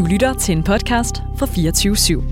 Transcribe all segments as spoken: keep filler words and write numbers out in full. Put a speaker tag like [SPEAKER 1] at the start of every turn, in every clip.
[SPEAKER 1] lytter til en podcast fra fireogtyve syv.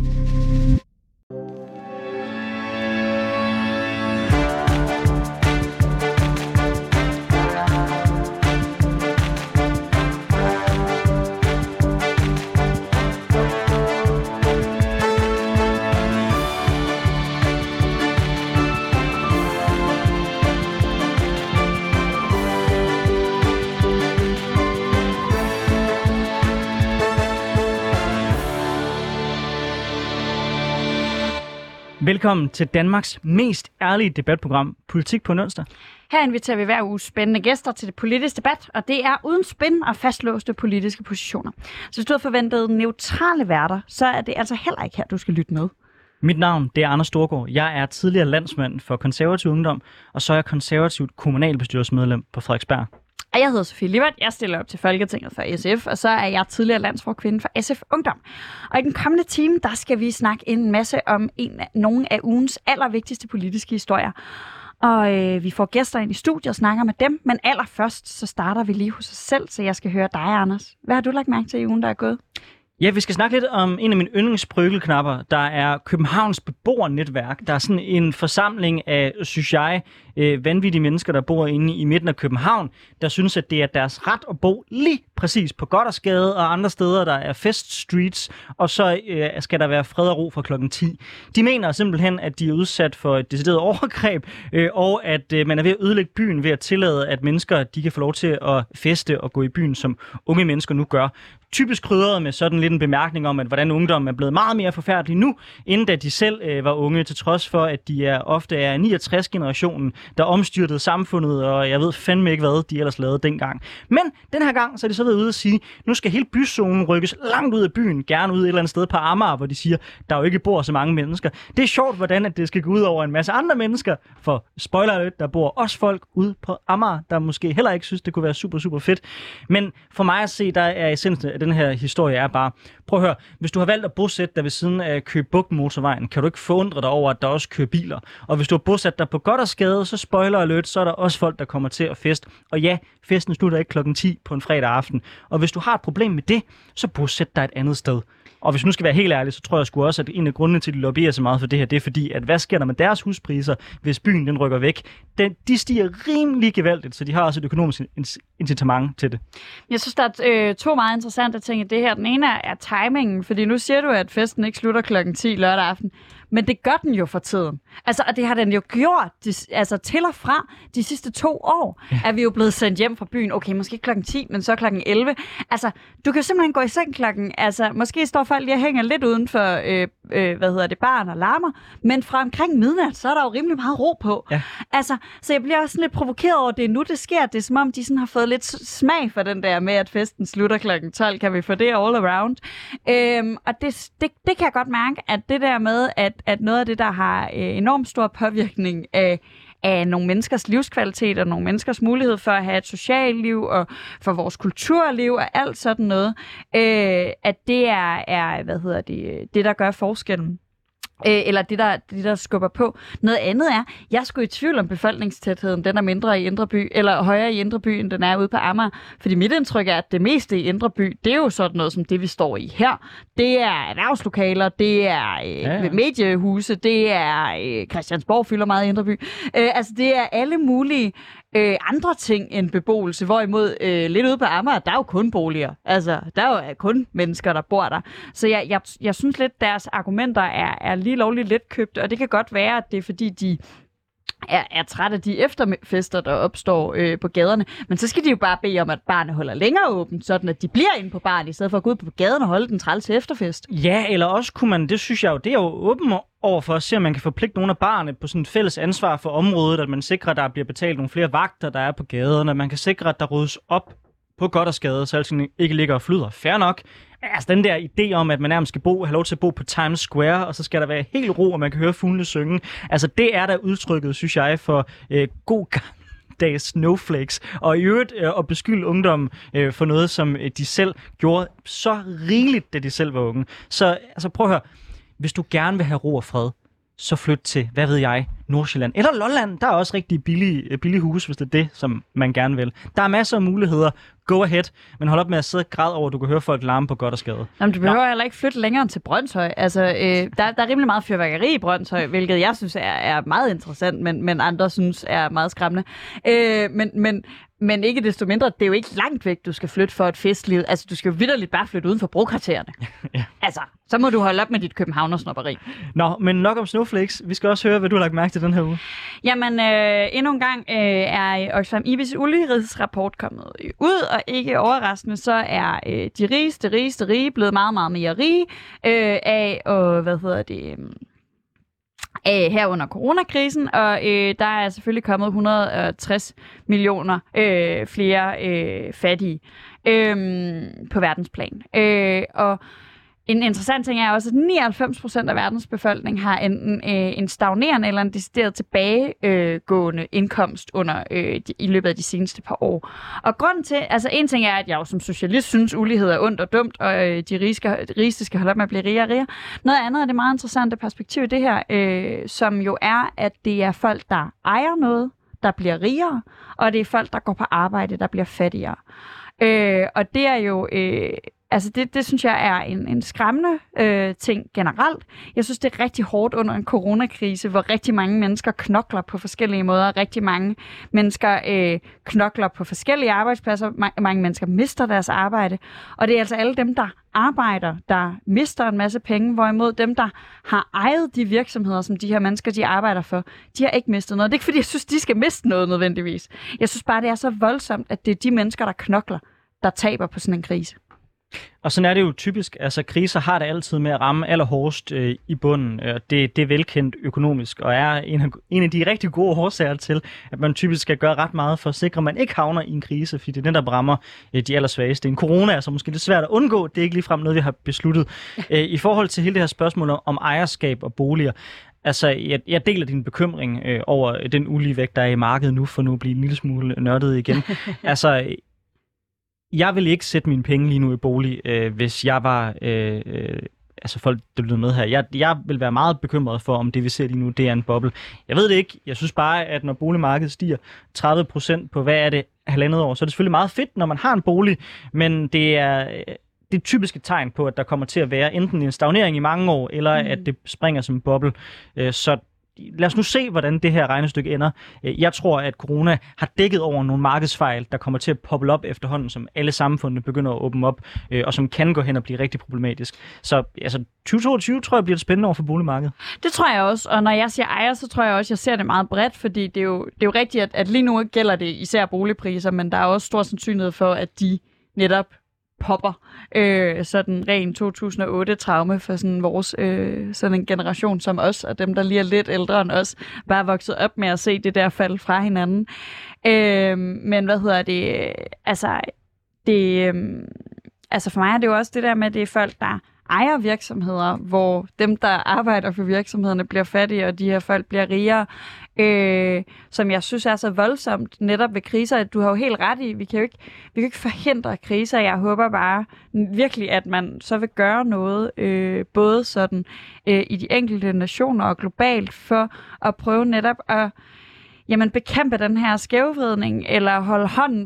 [SPEAKER 2] Velkommen til Danmarks mest ærlige debatprogram, Politik på en onsdag.
[SPEAKER 3] Her inviterer vi hver uge spændende gæster til det politiske debat, og det er uden spin og fastlåste politiske positioner. Så hvis du har forventet neutrale værter, så er det altså heller ikke her, du skal lytte med.
[SPEAKER 2] Mit navn det er Anders Storgård. Jeg er tidligere landsmand for Konservativ Ungdom, og så er jeg konservativt kommunalbestyrelsesmedlem på Frederiksberg.
[SPEAKER 3] Og jeg hedder Sofie Livert, jeg stiller op til Folketinget for S F, og så er jeg tidligere landsforkvinde for S F Ungdom. Og i den kommende time, der skal vi snakke en masse om en af, nogle af ugens allervigtigste politiske historier. Og øh, vi får gæster ind i studiet og snakker med dem, men allerførst så starter vi lige hos os selv, så jeg skal høre dig, Anders. Hvad har du lagt mærke til i ugen, der er gået?
[SPEAKER 2] Ja, vi skal snakke lidt om en af mine yndlingsbryggelknapper, der er Københavns beboernetværk. Der er sådan en forsamling af, synes jeg, øh, vanvittige mennesker, der bor inde i midten af København, der synes, at det er deres ret at bo lige præcis på Gothersgade og andre steder, der er feststreets, og så øh, skal der være fred og ro fra klokken ti. De mener simpelthen, at de er udsat for et decideret overgreb, øh, og at øh, man er ved at ødelægge byen ved at tillade, at mennesker de kan få lov til at feste og gå i byen, som unge mennesker nu gør. Typisk krydret med sådan lidt en bemærkning om, at hvordan ungdommen er blevet meget mere forfærdelig nu, end da de selv øh, var unge, til trods for, at de er ofte er niogtres-generationen, der omstyrtede samfundet, og jeg ved fandme ikke, hvad de ellers lavede dengang. Men den her gang, så er de så været ude at sige, nu skal hele byzonen rykkes langt ud af byen, gerne ud et eller andet sted på Amager, hvor de siger, der jo ikke bor så mange mennesker. Det er sjovt, hvordan at det skal gå ud over en masse andre mennesker, for spoiler alert, der bor også folk ude på Amager, der måske heller ikke synes, det kunne være super, super fedt. Men for mig at se, der er essensen af den her historie er bare, prøv at høre, hvis du har valgt at bosætte dig ved siden af Køge Bugt motorvejen, kan du ikke forundre dig over, at der også kører biler. Og hvis du har bosat dig på Gothersgade, så spoiler alert, så er der også folk, der kommer til at feste. Og ja, festen slutter ikke klokken ti på en fredag aften. Og hvis du har et problem med det, så bosæt dig et andet sted. Og hvis nu skal være helt ærlig, så tror jeg sgu også, at en af grundene til, at de lobbyer så meget for det her, det er fordi, at hvad sker der med deres huspriser, hvis byen den rykker væk? Den, de stiger rimelig gevaldigt, så de har også et økonomisk incitament til det. Jeg
[SPEAKER 3] synes, der er øh, to meget interessante ting i det her. Den ene er, er timingen, fordi nu siger du, at festen ikke slutter klokken ti lørdag aften. Men det gør den jo for tiden. Altså, og det har den jo gjort de, altså, til og fra de sidste to år, ja. Er vi jo blevet sendt hjem fra byen. Okay, måske ikke klokken ti, men så klokken elleve. Altså, du kan simpelthen gå i seng klokken... Altså, måske står folk lige og hænger lidt uden for, øh, øh, hvad hedder det, baren og larmer, men fra omkring midnat, så er der jo rimelig meget ro på. Ja. Altså, så jeg bliver også sådan lidt provokeret over, det nu det sker. Det er som om, de sådan har fået lidt smag for den der med, at festen slutter klokken tolv. Kan vi få det all around? Øhm, og det, det, det kan jeg godt mærke, at det der med, at at noget af det, der har øh, enormt stor påvirkning af, af nogle menneskers livskvalitet og nogle menneskers mulighed for at have et socialt liv og for vores kulturliv og alt sådan noget, øh, at det er, er hvad hedder det, det, der gør forskellen. Eller det der, det, der skubber på. Noget andet er, jeg skulle i tvivl om befolkningstætheden, den er mindre i Indre By, eller højere i Indre By, end den er ude på Amager. Fordi mit indtryk er, at det meste i Indre By, det er jo sådan noget som det, vi står i her. Det er erhvervslokaler, det er øh, ja, ja. mediehuse, det er øh, Christiansborg fylder meget i Indre By. Øh, altså det er alle mulige øh, andre ting end beboelse, hvorimod øh, lidt ude på Amager, der er jo kun boliger. Altså, der er jo kun mennesker, der bor der. Så jeg, jeg, jeg synes lidt, deres argumenter er, er lige lovligt letkøbt, og det kan godt være, at det er fordi, de er, er trætte af de efterfester, der opstår øh, på gaderne. Men så skal de jo bare bede om, at barnet holder længere åbent, sådan at de bliver inde på baren, i stedet for at gå ud på gaden og holde den trælse efterfest.
[SPEAKER 2] Ja, eller også kunne man, det synes jeg jo, det er jo åben over for at se, om man kan forpligte nogle af barne på sådan et fælles ansvar for området, at man sikrer, at der bliver betalt nogle flere vagter, der er på gaderne, at man kan sikre, at der ryddes op på Gothersgade, så alting ikke ligger og flyder. Fair nok. Altså den der idé om, at man nærmest skal bo, have lov til at bo på Times Square, og så skal der være helt ro, og man kan høre fuglene synge. Altså det er der udtrykket, synes jeg, for øh, god gammeldags snowflakes. Og i øvrigt øh, at beskylde ungdommen øh, for noget, som øh, de selv gjorde så rigeligt, da de selv var unge. Så altså, prøv at høre. Hvis du gerne vil have ro og fred, så flyt til, hvad ved jeg, Nordsjælland. Eller Lolland, der er også rigtig billige, billige huse, hvis det er det, som man gerne vil. Der er masser af muligheder. Go ahead, men hold op med at sidde og græde over, at du kan høre folk larme på godt og skade.
[SPEAKER 3] Jamen, du behøver Nå. heller ikke flytte længere end til Brønshøj. Altså, øh, der, der er rimelig meget fyrværkeri i Brønshøj, hvilket jeg synes er, er meget interessant, men, men andre synes er meget skræmmende. Øh, men, men, men ikke desto mindre, det er jo ikke langt væk, du skal flytte for et festliv. Altså, du skal jo vitterligt bare flytte uden for brokvartererne. Ja. Altså, så må du holde op med dit københavnersnopperi. Nå,
[SPEAKER 2] men nok om snowflakes. Vi skal også høre, hvad du har lagt mærke til den her uge.
[SPEAKER 3] Jamen, øh, endnu en gang øh, er Oxfam I B Is ulighedsrapport kommet ud, og ikke overraskende, så er øh, de rigeste, rigeste rige blevet meget, meget mere rige øh, af, og hvad hedder det... Øh, Af, her under coronakrisen, og øh, der er selvfølgelig kommet et hundrede og tres millioner øh, flere øh, fattige øh, på verdensplan. Øh, og en interessant ting er også, at nioghalvfems procent af verdens befolkning har enten øh, en stagnerende eller en decideret tilbagegående øh, indkomst under øh, de, i løbet af de seneste par år. Og grunden til, altså en ting er, at jeg jo som socialist synes, ulighed er ondt og dumt, og øh, de rigeste, rigeste skal holde op med at blive rigere og rigere. Noget andet er det meget interessante perspektiv i det her, øh, som jo er, at det er folk, der ejer noget, der bliver rigere, og det er folk, der går på arbejde, der bliver fattigere. Øh, og det er jo... Øh, Altså det, det synes jeg er en, en skræmmende øh, ting generelt. Jeg synes, det er rigtig hårdt under en coronakrise, hvor rigtig mange mennesker knokler på forskellige måder. Rigtig mange mennesker øh, knokler på forskellige arbejdspladser. Ma- mange mennesker mister deres arbejde. Og det er altså alle dem, der arbejder, der mister en masse penge. Hvorimod dem, der har ejet de virksomheder, som de her mennesker de arbejder for, de har ikke mistet noget. Det er ikke, fordi jeg synes, de skal miste noget nødvendigvis. Jeg synes bare, det er så voldsomt, at det er de mennesker, der knokler, der taber på sådan en krise.
[SPEAKER 2] Og sådan er det jo typisk. Altså, kriser har det altid med at ramme allerhårdest øh, i bunden. Det, det er velkendt økonomisk, og er en af, en af de rigtig gode årsager til, at man typisk skal gøre ret meget for at sikre, at man ikke havner i en krise, fordi det er den, der rammer øh, de allersvageste. En corona er så måske lidt svært at undgå. Det er ikke ligefrem noget, vi har besluttet. Øh, I forhold til hele det her spørgsmål om ejerskab og boliger, altså, jeg, jeg deler din bekymring øh, over den ulige vægt, der er i markedet nu, for nu at blive en lille smule nørdet igen. Altså, jeg vil ikke sætte mine penge lige nu i bolig, øh, hvis jeg var, øh, øh, altså folk, der lytter med her. Jeg, jeg vil være meget bekymret for, om det vi ser lige nu, det er en boble. Jeg ved det ikke. Jeg synes bare, at når boligmarkedet stiger tredive procent på, hvad er det, halvandet år, så er det selvfølgelig meget fedt, når man har en bolig, men det er... Det er typisk et tegn på, at der kommer til at være enten en stagnering i mange år, eller mm. at det springer som en boble. Så lad os nu se, hvordan det her regnestykke ender. Jeg tror, at corona har dækket over nogle markedsfejl, der kommer til at poppe op efterhånden, som alle samfundene begynder at åbne op, og som kan gå hen og blive rigtig problematisk. Så altså, tyve toogtyve tror jeg bliver det spændende over for boligmarkedet.
[SPEAKER 3] Det tror jeg også, og når jeg siger ejer, så tror jeg også, at jeg ser det meget bredt, fordi det er jo, det er jo rigtigt, at, at lige nu gælder det især boligpriser, men der er også stor sandsynlighed for, at de netop popper. Øh, sådan ren to tusind og otte-traume for sådan vores øh, sådan en generation som os, og dem, der lige er lidt ældre end os, bare vokset op med at se det der falde fra hinanden. Øh, men hvad hedder det? Altså, det, øh, altså for mig er det jo også det der med, at det er folk, der ejer virksomheder, hvor dem, der arbejder for virksomhederne, bliver fattige, og de her folk bliver rigere. Øh, som jeg synes er så voldsomt netop ved kriser, at du har jo helt ret i, vi kan jo ikke, vi kan jo ikke forhindre kriser. Jeg håber bare virkelig, at man så vil gøre noget, øh, både sådan øh, i de enkelte nationer og globalt, for at prøve netop at jamen, bekæmpe den her skævvridning, eller holde hånden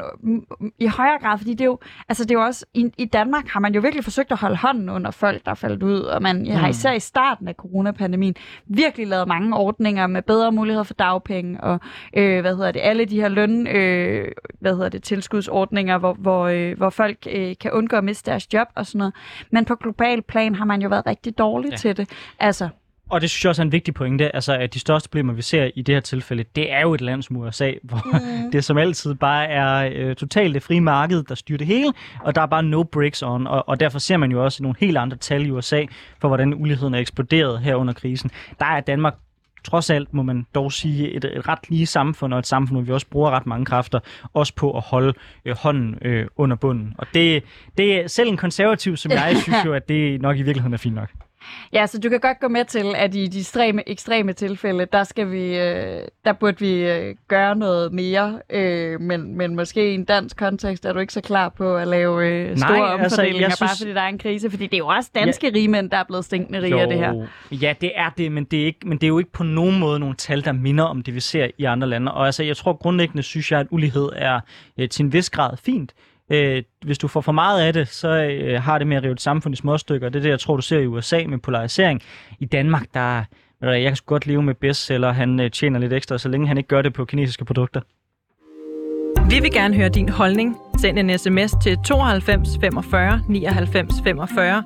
[SPEAKER 3] i højere grad, fordi det er jo, altså det er jo også, i, i Danmark har man jo virkelig forsøgt at holde hånden under folk, der er faldet ud, og man har især i starten af coronapandemien virkelig lavet mange ordninger med bedre muligheder for dagpenge, og øh, hvad hedder det, alle de her løn, øh, hvad hedder det, tilskudsordninger, hvor, hvor, øh, hvor folk øh, kan undgå at miste deres job og sådan noget. Men på global plan har man jo været rigtig dårlig ja. til det. Altså,
[SPEAKER 2] og det synes jeg også er en vigtig pointe, altså at de største problemer, vi ser i det her tilfælde, det er jo et land som U S A, hvor mm. det som altid bare er øh, totalt det frie marked, der styrer det hele, og der er bare no breaks on, og, og derfor ser man jo også nogle helt andre tal i U S A, for hvordan uligheden er eksploderet her under krisen. Der er Danmark trods alt, må man dog sige, et, et ret lige samfund, og et samfund, hvor vi også bruger ret mange kræfter, også på at holde øh, hånden øh, under bunden. Og det, det er selv en konservativ som jeg, synes jo, at det nok i virkeligheden er fint nok.
[SPEAKER 3] Ja, så du kan godt gå med til, at i de ekstreme, ekstreme tilfælde, der skal vi, øh, der burde vi øh, gøre noget mere, øh, men, men måske i en dansk kontekst er du ikke så klar på at lave øh, store
[SPEAKER 2] Nej,
[SPEAKER 3] omfordelinger,
[SPEAKER 2] altså, jeg
[SPEAKER 3] bare
[SPEAKER 2] synes...
[SPEAKER 3] fordi der er en krise, fordi det er jo også danske ja. rigmænd, der er blevet stinkende rige af det her.
[SPEAKER 2] Ja, det er det, men det er, ikke, men det er jo ikke på nogen måde nogle tal, der minder om det, vi ser i andre lande. Og altså, jeg tror grundlæggende, synes jeg, at ulighed er øh, til en vis grad fint. Øh, hvis du får for meget af det, så øh, har det med at rive et samfund i småstykker. Det er det, jeg tror, du ser i U S A med polarisering. I Danmark, der jeg kan sgu godt leve med bestseller. Han øh, tjener lidt ekstra, så længe han ikke gør det på kinesiske produkter.
[SPEAKER 1] Vi vil gerne høre din holdning. Send en sms til tooghalvfems femogfyrre nioghalvfems femogfyrre.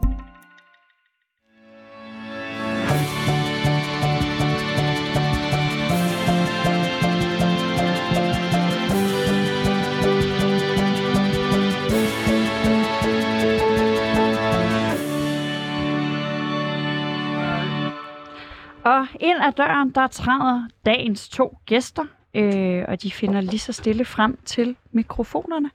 [SPEAKER 3] Og ind ad døren, der træder dagens to gæster, øh, og de finder lige så stille frem til mikrofonerne.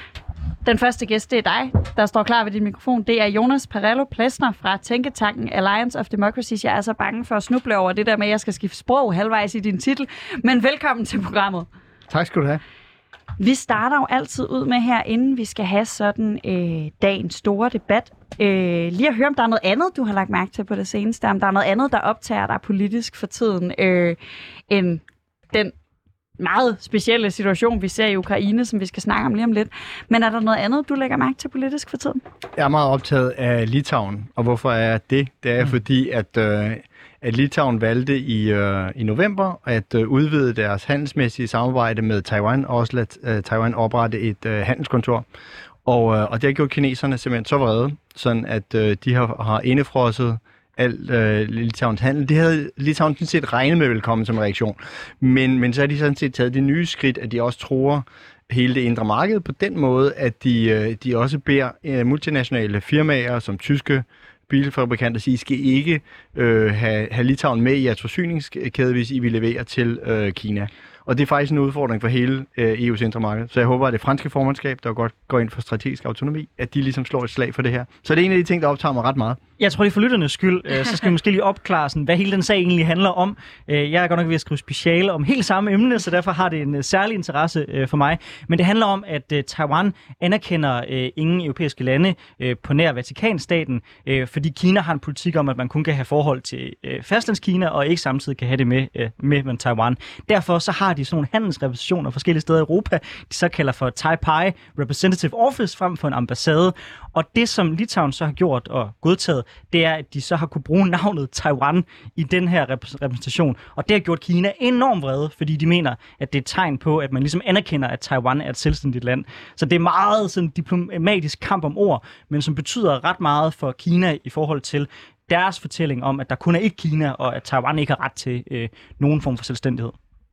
[SPEAKER 3] Den første gæst, det er dig, der står klar ved din mikrofon. Det er Jonas Parello Plesner fra tænketanken Alliance of Democracies. Jeg er så bange for at snuble over det der med, at jeg skal skifte sprog halvvejs i din titel. Men velkommen til programmet.
[SPEAKER 4] Tak skal du have.
[SPEAKER 3] Vi starter jo altid ud med her, inden vi skal have sådan øh, dagens store debat. Øh, lige at høre, om der er noget andet, du har lagt mærke til på det seneste. Om der er noget andet, der optager dig politisk for tiden, øh, end den meget specielle situation, vi ser i Ukraine, som vi skal snakke om lige om lidt. Men er der noget andet, du lægger mærke til politisk for tiden?
[SPEAKER 4] Jeg er meget optaget af Litauen, og hvorfor er jeg det? Det er mm. fordi, at, øh, at Litauen valgte i, øh, i november at øh, udvide deres handelsmæssige samarbejde med Taiwan, og også lade øh, Taiwan oprette et øh, handelskontor. Og, øh, og det har gjort kineserne simpelthen så vrede, sådan at øh, de har, har indefrosset alt øh, Litauens handel. Det havde Litauen sådan set regnet med velkommen som reaktion. Men, men så har de sådan set taget det nye skridt, at de også tror hele det indre marked på den måde, at de, øh, de også beder øh, multinationale firmaer som tyske bilfabrikanter sige, I skal ikke øh, have, have Litauen med i jeres forsyningskæde, hvis I vil levere til øh, Kina. Og det er faktisk en udfordring for hele øh, E U's indre marked. Så jeg håber, at det franske formandskab, der godt går ind for strategisk autonomi, at de ligesom slår et slag for det her. Så det er en af de ting, der optager mig ret meget.
[SPEAKER 2] Jeg tror, det er for lytternes skyld, øh, så skal vi måske lige opklare, sådan, hvad hele den sag egentlig handler om. Øh, jeg er godt nok ved at skrive speciale om helt samme emne, så derfor har det en uh, særlig interesse øh, for mig. Men det handler om, at øh, Taiwan anerkender øh, ingen europæiske lande øh, på nær Vatikanstaten, øh, fordi Kina har en politik om, at man kun kan have forhold til øh, fastlandskina, og ikke samtidig kan have det med, øh, med, med Taiwan. Derfor så har de sådan nogle handelsrepræsentationer forskellige steder i Europa, de så kalder for Taipei Representative Office frem for en ambassade. Og det, som Litauen så har gjort og godtaget, det er, at de så har kunne bruge navnet Taiwan i den her repræsentation. Og det har gjort Kina enormt vrede, fordi de mener, at det er et tegn på, at man ligesom anerkender, at Taiwan er et selvstændigt land. Så det er meget sådan diplomatisk kamp om ord, men som betyder ret meget for Kina i forhold til deres fortælling om, at der kun er et Kina, og at Taiwan ikke har ret til øh, nogen form for selvstændighed.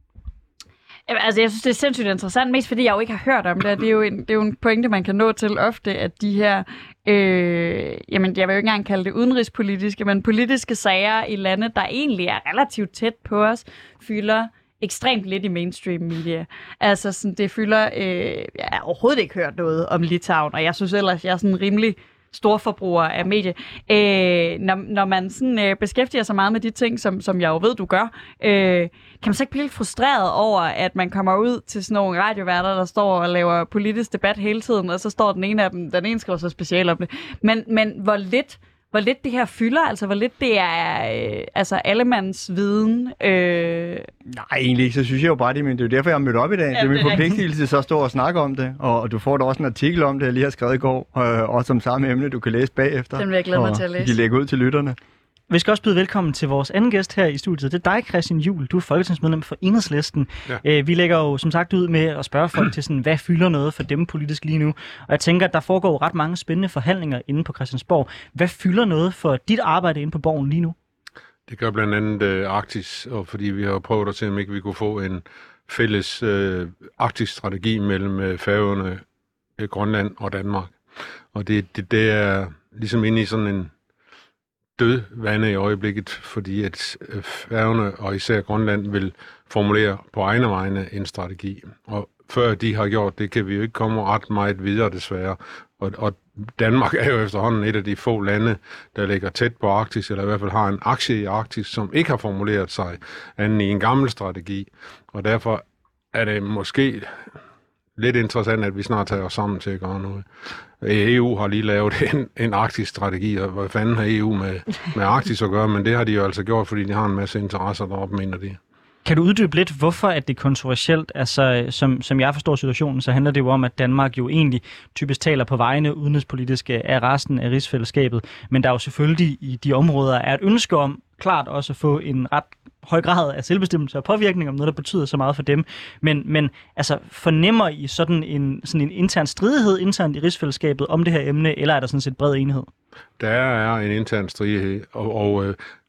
[SPEAKER 3] Altså, jeg synes, det er sindssygt interessant, mest fordi jeg jo ikke har hørt om det. Det er jo en, det er jo en pointe, man kan nå til ofte, at de her, øh, jamen, jeg vil jo ikke engang kalde det udenrigspolitiske, men politiske sager i lande, der egentlig er relativt tæt på os, fylder ekstremt lidt i mainstream media. Altså, sådan, det fylder, øh, jeg har overhovedet ikke hørt noget om Litauen, og jeg synes ellers, jeg er sådan rimelig storforbruger af medie. Øh, når, når man sådan, øh, beskæftiger sig meget med de ting, som, som jeg jo ved, du gør, øh, kan man så ikke blive lidt frustreret over, at man kommer ud til sådan nogle radioværter, der står og laver politisk debat hele tiden, og så står den ene af dem, den ene skriver så specielt om det. Men, men hvor lidt hvor lidt det her fylder, altså hvor lidt det er øh, altså allemands viden. Øh...
[SPEAKER 4] Nej, egentlig ikke, så synes jeg jo bare det, men det er jo derfor, jeg har mødt op i dag. Ja, det er min forpligtelse så at stå og snakke om det, og, og du får da også en artikel om det, jeg lige har skrevet i går, øh, også om samme emne, du kan læse bagefter.
[SPEAKER 3] Den vil jeg glæde mig til at læse.
[SPEAKER 4] Og de lægger ud til lytterne.
[SPEAKER 2] Vi skal også byde velkommen til vores anden gæst her i studiet. Det er dig, Christian Juhl. Du er folketingsmedlem for Enhedslisten. Ja. Vi lægger jo som sagt ud med at spørge folk til, sådan, hvad fylder noget for dem politisk lige nu. Og jeg tænker, at der foregår ret mange spændende forhandlinger inde på Christiansborg. Hvad fylder noget for dit arbejde inde på Borgen lige nu?
[SPEAKER 5] Det gør blandt andet uh, Arktis, og fordi vi har prøvet at se, om ikke vi kunne få en fælles uh, Arktis-strategi mellem uh, Færøerne, uh, Grønland og Danmark. Og det, det, det er ligesom inde i sådan en død vande i øjeblikket, fordi at Færøerne og især Grønland vil formulere på egne vegne en strategi. Og før de har gjort det, kan vi jo ikke komme ret meget videre desværre. Og, og Danmark er jo efterhånden et af de få lande, der ligger tæt på Arktis, eller i hvert fald har en aktie i Arktis, som ikke har formuleret sig anden i en gammel strategi. Og derfor er det måske lidt interessant, at vi snart tager os sammen til at gøre noget. E U har lige lavet en, en arktisk strategi, og hvad fanden har E U med, med Arktis at gøre, men det har de jo altså gjort, fordi de har en masse interesser deroppe, mener de.
[SPEAKER 2] Kan du uddybe lidt, hvorfor at det er kontroversielt? Altså, som, som jeg forstår situationen, så handler det jo om, at Danmark jo egentlig typisk taler på vegne udenrigspolitiske af resten af rigsfællesskabet, men der er jo selvfølgelig i de områder er et ønske om klart også at få en ret høj grad af selvbestemmelse og påvirkning om noget, der betyder så meget for dem. Men, men altså, fornemmer I sådan en, sådan en intern stridighed internt i rigsfællesskabet om det her emne, eller er der sådan set bred enighed?
[SPEAKER 5] Der er en intern stridighed, og, og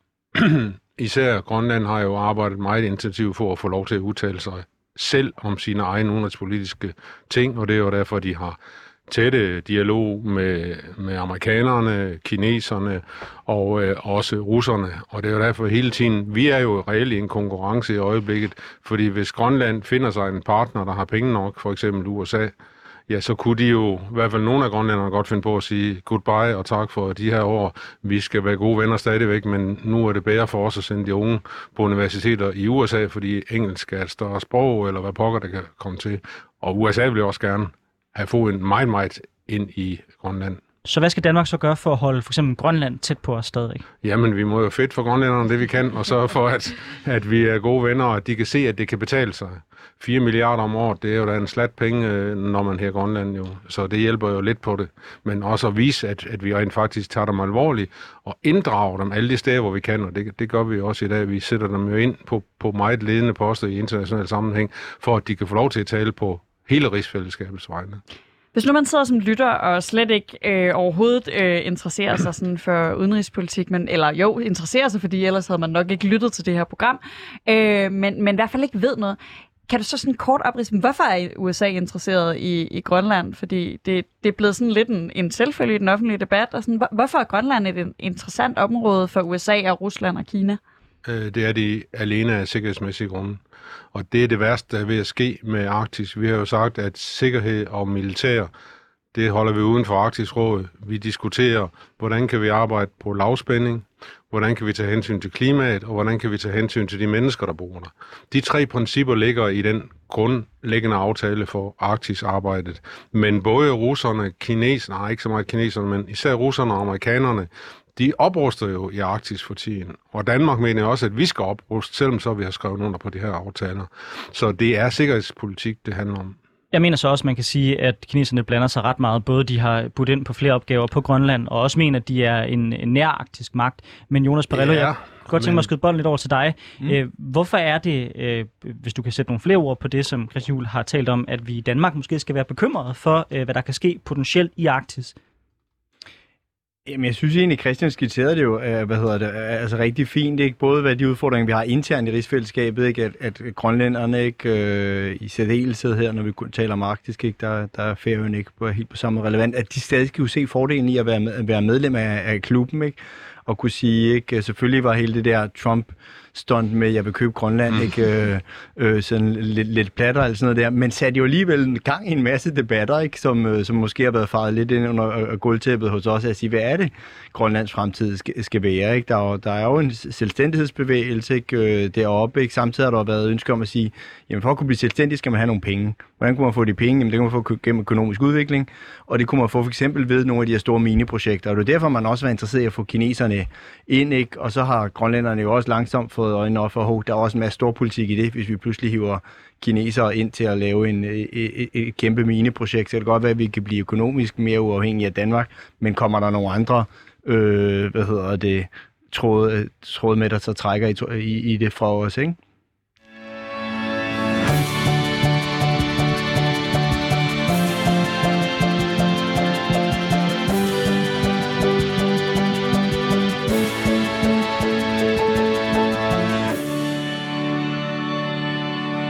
[SPEAKER 5] øh, især Grønland har jo arbejdet meget intensivt for at få lov til at udtale sig selv om sine egne udenrigspolitiske ting, og det er jo derfor, de har tætte dialog med, med amerikanerne, kineserne og øh, også russerne. Og det er jo derfor hele tiden, vi er jo reelt i en konkurrence i øjeblikket, fordi hvis Grønland finder sig en partner, der har penge nok, for eksempel U S A, ja, så kunne de jo, i hvert fald nogle af grønlænderne, godt finde på at sige goodbye og tak for de her år. Vi skal være gode venner stadigvæk, men nu er det bedre for os at sende de unge på universiteter i U S A, fordi engelsk er et større sprog, eller hvad pokker der kan komme til. Og U S A vil også gerne have fået en meget, meget ind i Grønland.
[SPEAKER 2] Så hvad skal Danmark så gøre for at holde for eksempel Grønland tæt på os stadig?
[SPEAKER 5] Jamen, vi må jo fedt for grønlænderne det, vi kan, og sørge for, at, at vi er gode venner, og at de kan se, at det kan betale sig. fire milliarder om året, det er jo da en slat penge, når man her i Grønland jo. Så det hjælper jo lidt på det. Men også at vise, at, at vi rent faktisk tager dem alvorligt, og inddrager dem alle de steder, hvor vi kan, og det, det gør vi også i dag. Vi sætter dem jo ind på, på meget ledende poster i international sammenhæng, for at de kan få lov til at tale på hele rigsfællesskabets vegne.
[SPEAKER 3] Hvis nu man sidder som lytter og slet ikke øh, overhovedet øh, interesserer sig sådan for udenrigspolitik, men, eller jo, interesserer sig, fordi ellers havde man nok ikke lyttet til det her program, øh, men, men i hvert fald ikke ved noget, kan du så sådan kort opridse, hvorfor er U S A interesseret i, i Grønland? Fordi det, det er blevet sådan lidt en, en selvfølge i den offentlige debat, og sådan, hvorfor er Grønland et interessant område for U S A og Rusland og Kina?
[SPEAKER 5] Det er de alene af sikkerhedsmæssige grunde. Og det er det værste, der er ved at ske med Arktis. Vi har jo sagt, at sikkerhed og militær, det holder vi uden for Arktisk Råd. Vi diskuterer, hvordan kan vi arbejde på lavspænding, hvordan kan vi tage hensyn til klimaet, og hvordan kan vi tage hensyn til de mennesker, der bor der. De tre principper ligger i den grundlæggende aftale for Arktis-arbejdet. Men både russerne, kineserne, nej ikke så meget kineserne, men især russerne og amerikanerne, de opruster jo i Arktis for tiden. Og Danmark mener også, at vi skal opruste, selvom så vi har skrevet under på de her aftaler. Så det er sikkerhedspolitik, det handler om.
[SPEAKER 2] Jeg mener så også, at man kan sige, at kineserne blander sig ret meget. Både de har budt ind på flere opgaver på Grønland, og også mener, at de er en, en nær-arktisk magt. Men Jonas Barello, ja, jeg kan godt tænke mig at skyde bolden lidt over til dig. Mm. Øh, hvorfor er det, øh, hvis du kan sætte nogle flere ord på det, som Christian Juhl har talt om, at vi i Danmark måske skal være bekymrede for, øh, hvad der kan ske potentielt i Arktis?
[SPEAKER 4] Jamen, jeg synes egentlig, Christian skitserede det jo, øh, hvad hedder det, altså rigtig fint, ikke? Både hvad de udfordringer, vi har internt i rigsfællesskabet, ikke? At, at grønlænderne ikke øh, i særdeleshed her, når vi taler om Arktisk, ikke? Der, der er Færøerne ikke på, helt på samme relevant, at de stadig skal jo se fordelen i at være, med, at være medlem af, af klubben, ikke? Og kunne sige, ikke? Selvfølgelig var hele det der Trump stunt med, jeg vil købe Grønland, ikke? Øh, øh, sådan lidt, lidt platter eller sådan noget der, men satte jo alligevel en gang i en masse debatter, ikke? Som, øh, som måske har været faret lidt ind under øh, gulvtæppet hos os, at sige, hvad er det, Grønlands fremtid skal, skal være, ikke? Der er, jo, der er jo en selvstændighedsbevægelse, ikke? Øh, deroppe, ikke? Samtidig har der været ønske om at sige, jamen for at kunne blive selvstændig, skal man have nogle penge. Hvordan kunne man få de penge? Jamen det kan man få gennem økonomisk udvikling, og det kunne man få for eksempel ved nogle af de her store mineprojekter, og det er derfor, man også var interesseret i at få kineserne ind, ikke? Og så har grønlænderne jo også langsomt fået øjnene op for, der er også en masse storpolitik i det, hvis vi pludselig hiver kinesere ind til at lave en, et, et, et kæmpe mineprojekt. Så det kan godt være, at vi kan blive økonomisk mere uafhængige af Danmark, men kommer der nogle andre, øh, hvad hedder det, tråd, tråd med, der så trækker i, i, i det fra os, ikke?
[SPEAKER 3] Du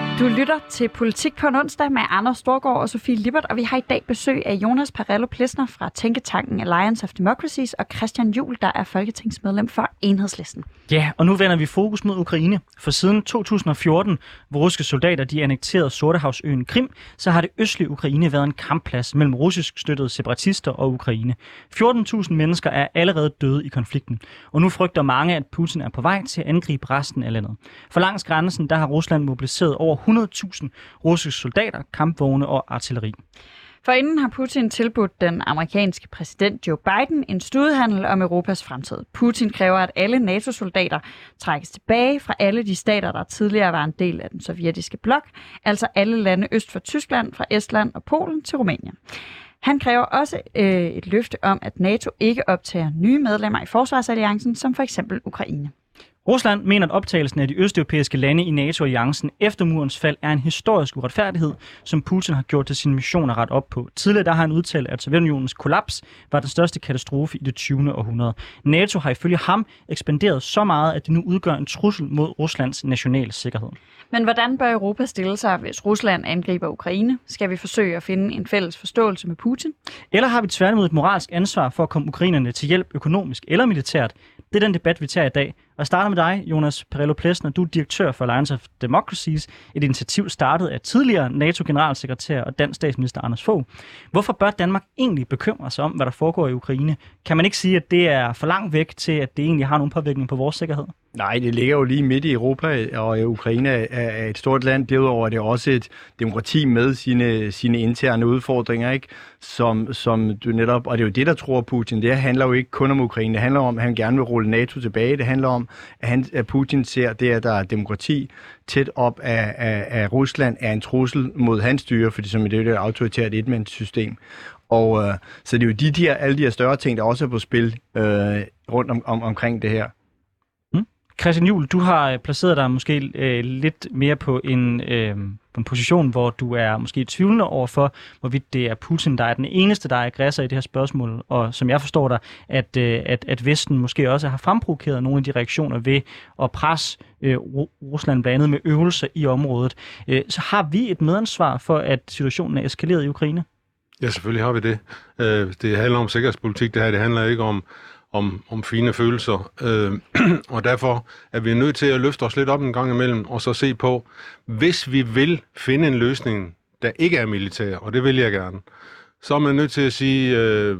[SPEAKER 3] lytter til Politik på en onsdag med Anders Storgård og Sofie Lippert, og vi har i dag besøg af Jonas Parello Plesner fra Tænketanken Alliance of Democracies og Christian Juhl, der er folketingsmedlem for Enhedslisten.
[SPEAKER 2] Ja, og nu vender vi fokus mod Ukraine. For siden to tusind og fjorten, hvor russiske soldater de annekterede Sortehavsøen Krim, så har det østlige Ukraine været en kampplads mellem russisk støttede separatister og Ukraine. fjorten tusind mennesker er allerede døde i konflikten, og nu frygter mange, at Putin er på vej til at angribe resten af landet. For langs grænsen, der har Rusland mobiliseret over hundrede tusind russiske soldater, kampvogne og artilleri.
[SPEAKER 3] Forinden har Putin tilbudt den amerikanske præsident Joe Biden en studehandel om Europas fremtid. Putin kræver, at alle NATO-soldater trækkes tilbage fra alle de stater, der tidligere var en del af den sovjetiske blok, altså alle lande øst for Tyskland, fra Estland og Polen til Rumænien. Han kræver også øh, et løfte om, at NATO ikke optager nye medlemmer i forsvarsalliancen, som for eksempel Ukraine.
[SPEAKER 2] Rusland mener, at optagelsen af de østeuropæiske lande i NATO-alliancen efter murens fald er en historisk uretfærdighed, som Putin har gjort til sin mission at rette op på. Tidligere der har han udtalt, at Sovjetunionens kollaps var den største katastrofe i det tyvende århundrede. NATO har ifølge ham ekspanderet så meget, at det nu udgør en trussel mod Ruslands nationale sikkerhed.
[SPEAKER 3] Men hvordan bør Europa stille sig, hvis Rusland angriber Ukraine? Skal vi forsøge at finde en fælles forståelse med Putin?
[SPEAKER 2] Eller har vi tværtimod et moralsk ansvar for at komme ukrainerne til hjælp økonomisk eller militært? Det er den debat, vi tager i dag. Og jeg starter med dig, Jonas Parello Plesner. Du er direktør for Alliance of Democracies, et initiativ startet af tidligere NATO-generalsekretær og dansk statsminister Anders Fogh. Hvorfor bør Danmark egentlig bekymre sig om, hvad der foregår i Ukraine? Kan man ikke sige, at det er for langt væk til, at det egentlig har nogen påvirkning på vores sikkerhed?
[SPEAKER 4] Nej, det ligger jo lige midt i Europa, og Ukraine er et stort land. Derudover er det også et demokrati med sine, sine interne udfordringer, ikke? Som, som du netop, og det er jo det, der tror Putin. Det handler jo ikke kun om Ukraine. Det handler om, at han gerne vil rulle NATO tilbage. Det handler om, at, han, at Putin ser det, at der er demokrati tæt op af, af, af Rusland, er en trussel mod hans styre, fordi som det er jo et autoritært etmandssystem. Og øh, så det er jo de, de her, alle de her større ting, der også er på spil øh, rundt om, om, omkring det her.
[SPEAKER 2] Christian Juhl, du har placeret dig måske øh, lidt mere på en, øh, på en position, hvor du er måske tvivlende over for, hvorvidt det er Putin, der er den eneste, der er aggressor i det her spørgsmål, og som jeg forstår dig, at, øh, at, at Vesten måske også har fremprovokeret nogle af de reaktioner ved at presse øh, Rusland blandt andet med øvelser i området. Øh, så har vi et medansvar for, at situationen er eskaleret i Ukraine?
[SPEAKER 5] Ja, selvfølgelig har vi det. Øh, det handler om sikkerhedspolitik, det her. Det handler ikke om Om, om fine følelser, øh, og derfor er vi nødt til at løfte os lidt op en gang imellem, og så se på, hvis vi vil finde en løsning, der ikke er militær, og det vil jeg gerne, så er man nødt til at sige, øh,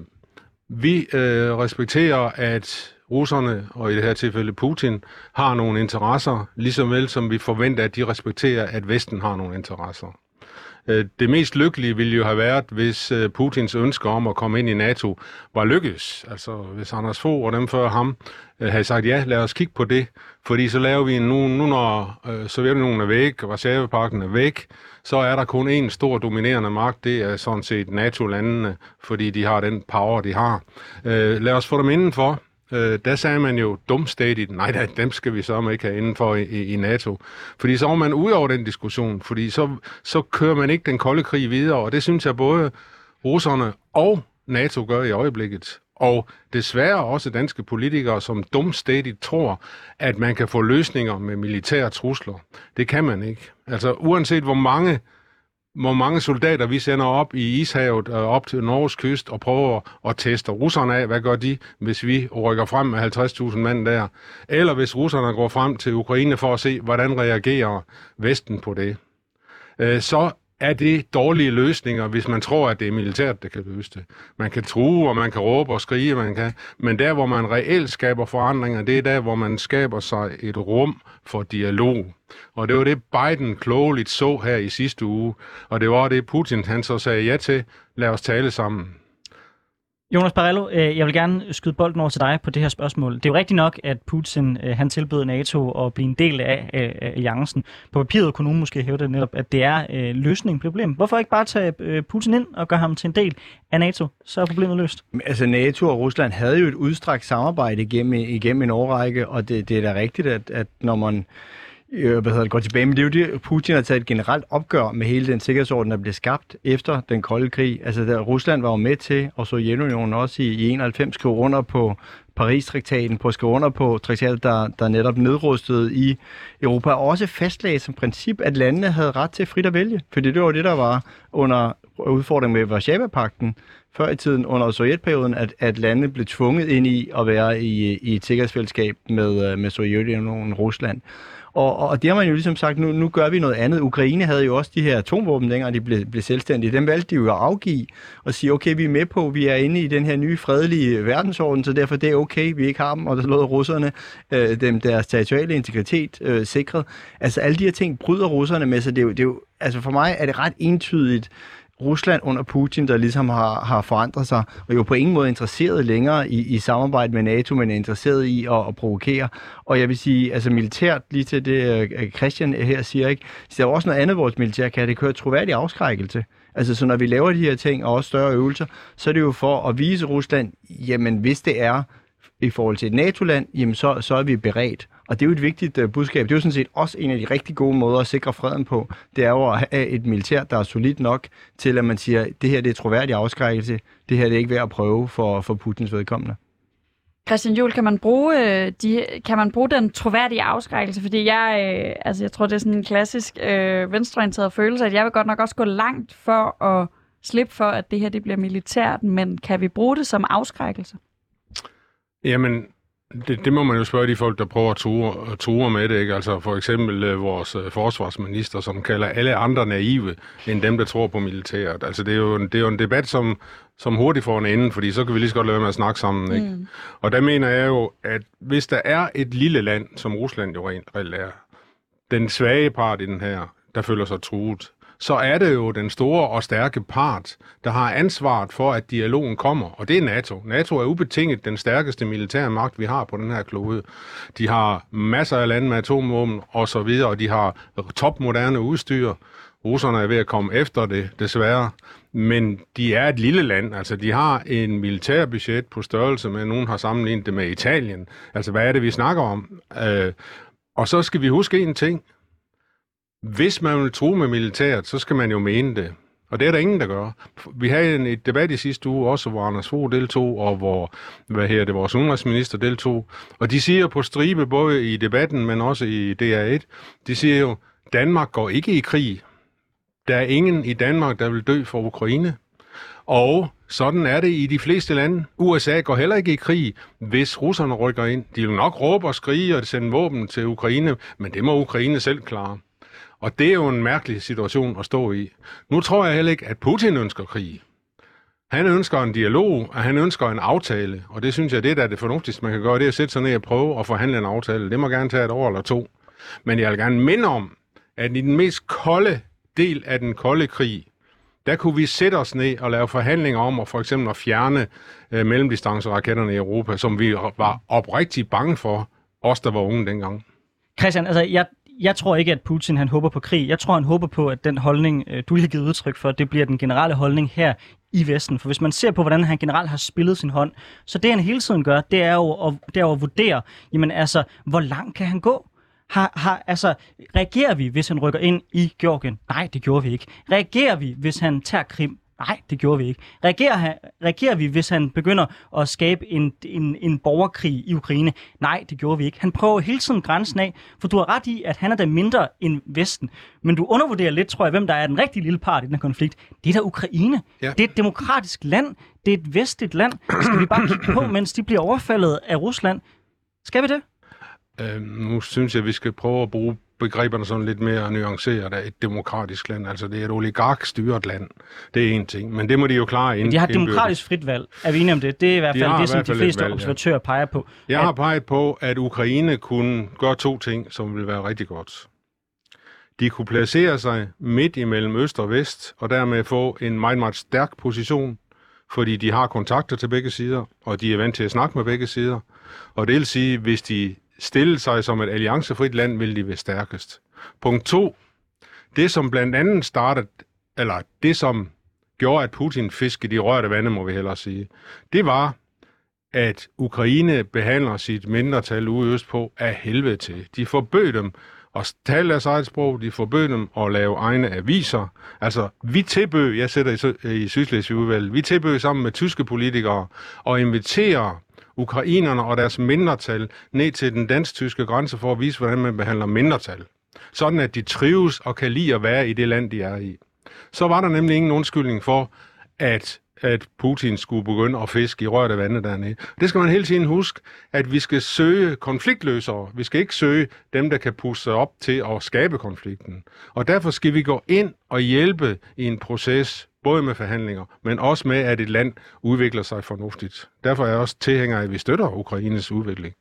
[SPEAKER 5] vi øh, respekterer, at russerne, og i det her tilfælde Putin, har nogle interesser, ligesom vel som vi forventer, at de respekterer, at Vesten har nogle interesser. Det mest lykkelige ville jo have været, hvis Putins ønsker om at komme ind i NATO var lykkes. Altså hvis Anders Fogh og dem før ham havde sagt, ja, lad os kigge på det, fordi så laver vi nu, nu når øh, Sovjetunionen er væk, og Warszawapagten er væk, så er der kun én stor dominerende magt, det er sådan set NATO-landene, fordi de har den power, de har. Øh, lad os få dem indenfor. Øh, der sagde man jo dumstædigt, nej, da, dem skal vi så ikke have indenfor i, i, i NATO. Fordi så var man ude over den diskussion, fordi så, så kører man ikke den kolde krig videre, og det synes jeg både russerne og NATO gør i øjeblikket. Og desværre også danske politikere, som dumstædigt tror, at man kan få løsninger med militære trusler. Det kan man ikke. Altså uanset hvor mange hvor mange soldater vi sender op i Ishavet og op til Norges kyst og prøver at teste russerne af, hvad gør de, hvis vi rykker frem med halvtreds tusind mand der, eller hvis russerne går frem til Ukraine for at se, hvordan reagerer Vesten på det. Så er det dårlige løsninger, hvis man tror, at det er militært, der kan løse det. Man kan true, og man kan råbe og skrige, man kan, men der, hvor man reelt skaber forandringer, det er der, hvor man skaber sig et rum for dialog. Og det var det, Biden klogeligt så her i sidste uge, og det var det, Putin han så sagde ja til. Lad os tale sammen.
[SPEAKER 2] Jonas Parello, jeg vil gerne skyde bolden over til dig på det her spørgsmål. Det er jo rigtigt nok, at Putin han tilbød NATO at blive en del af, af alliancen. På papiret kunne nogen måske hævde netop, at det er øh, løsningen på problemet. Hvorfor ikke bare tage øh, Putin ind og gøre ham til en del af NATO? Så er problemet løst.
[SPEAKER 4] Altså NATO og Rusland havde jo et udstrakt samarbejde igennem, igennem en årrække, og det, det er da rigtigt, at, at når man øh, hvad hedder det, går tilbage. Men det er jo det, Putin har taget et generelt opgør med hele den sikkerhedsorden, der blev skabt efter den kolde krig. Altså der, Rusland var jo med til, og Sovjetunionen også i, i enoghalvfems skrev under på Paris-traktaten, på at skrive under på traktatet, der, der netop nedrustede i Europa, og også fastlagde som princip, at landene havde ret til frit at vælge. Fordi det var det, der var under udfordringen med Warszava-pakten før i tiden under sovjetperioden, at, at landene blev tvunget ind i at være i, i et sikkerhedsfællesskab med, med Sovjetunionen og Rusland. Og, og det har man jo ligesom sagt, nu, nu gør vi noget andet. Ukraine havde jo også de her atomvåben, dengang de blev, blev selvstændige. Dem valgte de jo at afgive og sige, okay, vi er med på, vi er inde i den her nye fredelige verdensorden, så derfor det er okay, vi ikke har dem, og der lod russerne øh, dem deres territoriale integritet øh, sikret. Altså alle de her ting bryder russerne med, så det er jo, det er jo, altså for mig er det ret entydigt, Rusland under Putin, der ligesom har, har forandret sig, og jo på ingen måde interesseret længere i, i samarbejde med NATO, men er interesseret i at, at provokere. Og jeg vil sige, altså militært, lige til det Christian her siger, ikke? Så der er også noget andet, vores militær kan. Det kører troværdig afskrækkelse. Altså så når vi laver de her ting, og også større øvelser, så er det jo for at vise Rusland, jamen hvis det er i forhold til et NATO-land, jamen så, så er vi beredt. Og det er jo et vigtigt uh, budskab. Det er jo sådan set også en af de rigtig gode måder at sikre freden på. Det er jo at have et militær, der er solidt nok til, at man siger, det her det er troværdig afskrækkelse. Det her det er ikke værd at prøve for, for Putins vedkommende.
[SPEAKER 3] Christian Juhl, kan man bruge, de, kan man bruge den troværdige afskrækkelse? Fordi jeg, øh, altså jeg tror, det er sådan en klassisk øh, venstreorienteret følelse, at jeg vil godt nok også gå langt for at slippe for, at det her det bliver militært. Men kan vi bruge det som afskrækkelse?
[SPEAKER 5] Jamen, det, det må man jo spørge de folk, der prøver at ture, ture med det, ikke? Altså for eksempel uh, vores uh, forsvarsminister, som kalder alle andre naive, end dem, der tror på militæret. Altså det er jo en, det er jo en debat, som, som hurtigt får en ende, fordi så kan vi lige så godt lade være med at snakke sammen, ikke? Mm. Og der mener jeg jo, at hvis der er et lille land, som Rusland jo rent reelt er, den svage part i den her, der føler sig truet, så er det jo den store og stærke part, der har ansvaret for, at dialogen kommer, og det er NATO. NATO er ubetinget den stærkeste militære magt, vi har på den her klode. De har masser af lande med atomvåben og så videre, og de har topmoderne udstyr. Russerne er ved at komme efter det, desværre. Men de er et lille land, altså de har en militærbudget på størrelse med, nogen har sammenlignet det med Italien. Altså hvad er det, vi snakker om? Øh, og så skal vi huske en ting. Hvis man vil true med militæret, så skal man jo mene det. Og det er der ingen, der gør. Vi havde en et debat i sidste uge også, hvor Anders Fogh deltog, og hvor hvad her, det, vores udenrigsminister deltog. Og de siger på stribe, både i debatten, men også i D R et, de siger jo, Danmark går ikke i krig. Der er ingen i Danmark, der vil dø for Ukraine. Og sådan er det i de fleste lande. U S A går heller ikke i krig, hvis russerne rykker ind. De vil nok råbe og skrige og sende våben til Ukraine, men det må Ukraine selv klare. Og det er jo en mærkelig situation at stå i. Nu tror jeg heller ikke, at Putin ønsker krig. Han ønsker en dialog, og han ønsker en aftale. Og det synes jeg, det der er det fornuftigste, man kan gøre, det er at sætte sig ned og prøve at forhandle en aftale. Det må gerne tage et år eller to. Men jeg vil gerne minde om, at i den mest kolde del af den kolde krig, der kunne vi sætte os ned og lave forhandlinger om at for eksempel at fjerne øh, mellemdistanceraketterne i Europa, som vi var oprigtigt bange for, os der var unge dengang.
[SPEAKER 2] Christian, altså jeg, jeg tror ikke, at Putin han håber på krig. Jeg tror, han håber på, at den holdning, du lige har givet udtryk for, det bliver den generelle holdning her i Vesten. For hvis man ser på, hvordan han generelt har spillet sin hånd, så det han hele tiden gør, det er jo at, det er jo at vurdere, jamen altså, hvor langt kan han gå? Har, har, altså, reagerer vi, hvis han rykker ind i Georgien? Nej, det gjorde vi ikke. Reagerer vi, hvis han tager Krim? Nej, det gjorde vi ikke. Reagerer, han, reagerer vi, hvis han begynder at skabe en, en, en borgerkrig i Ukraine? Nej, det gjorde vi ikke. Han prøver hele tiden grænsen af, for du har ret i, at han er da mindre end Vesten. Men du undervurderer lidt, tror jeg, hvem der er den rigtig lille part i den her konflikt. Det er da Ukraine. Ja. Det er et demokratisk land. Det er et vestligt land. Skal vi bare kigge på, mens de bliver overfaldet af Rusland? Skal vi det?
[SPEAKER 5] Øh, nu synes jeg, at vi skal prøve at bruge begreberne sådan lidt mere nuanceret af et demokratisk land. Altså, det er et oligarkstyret land. Det er en ting. Men det må de jo klare ind.
[SPEAKER 2] De har et demokratisk frit valg. Er vi enige om det? Det er i hvert fald de det, som de fleste valg, observatører ja. peger på.
[SPEAKER 5] Jeg at... har peget på, at Ukraine kunne gøre to ting, som ville være rigtig godt. De kunne placere sig midt imellem øst og vest, og dermed få en meget, meget stærk position, fordi de har kontakter til begge sider, og de er vant til at snakke med begge sider. Og det vil sige, hvis de stille sig som et alliancefrit land, vil de være stærkest. Punkt to. Det, som blandt andet startede, eller det, som gjorde, at Putin fiskede de rørte vande, må vi hellere sige, det var, at Ukraine behandler sit mindretal ude østpå af helvede til. De forbød dem at tale deres eget sprog, de forbød dem at lave egne aviser. Altså, vi tilbød, jeg sætter i, i Sydslesvig-udvalget, vi tilbød sammen med tyske politikere at invitere ukrainerne og deres mindretal ned til den dansk-tyske grænse for at vise, hvordan man behandler mindretal. Sådan at de trives og kan lide at være i det land, de er i. Så var der nemlig ingen undskyldning for, at at Putin skulle begynde at fiske i rørte vande dernede. Det skal man hele tiden huske, at vi skal søge konfliktløsere. Vi skal ikke søge dem, der kan puste op til at skabe konflikten. Og derfor skal vi gå ind og hjælpe i en proces, både med forhandlinger, men også med, at et land udvikler sig fornuftigt. Derfor er jeg også tilhænger af, at vi støtter Ukraines udvikling.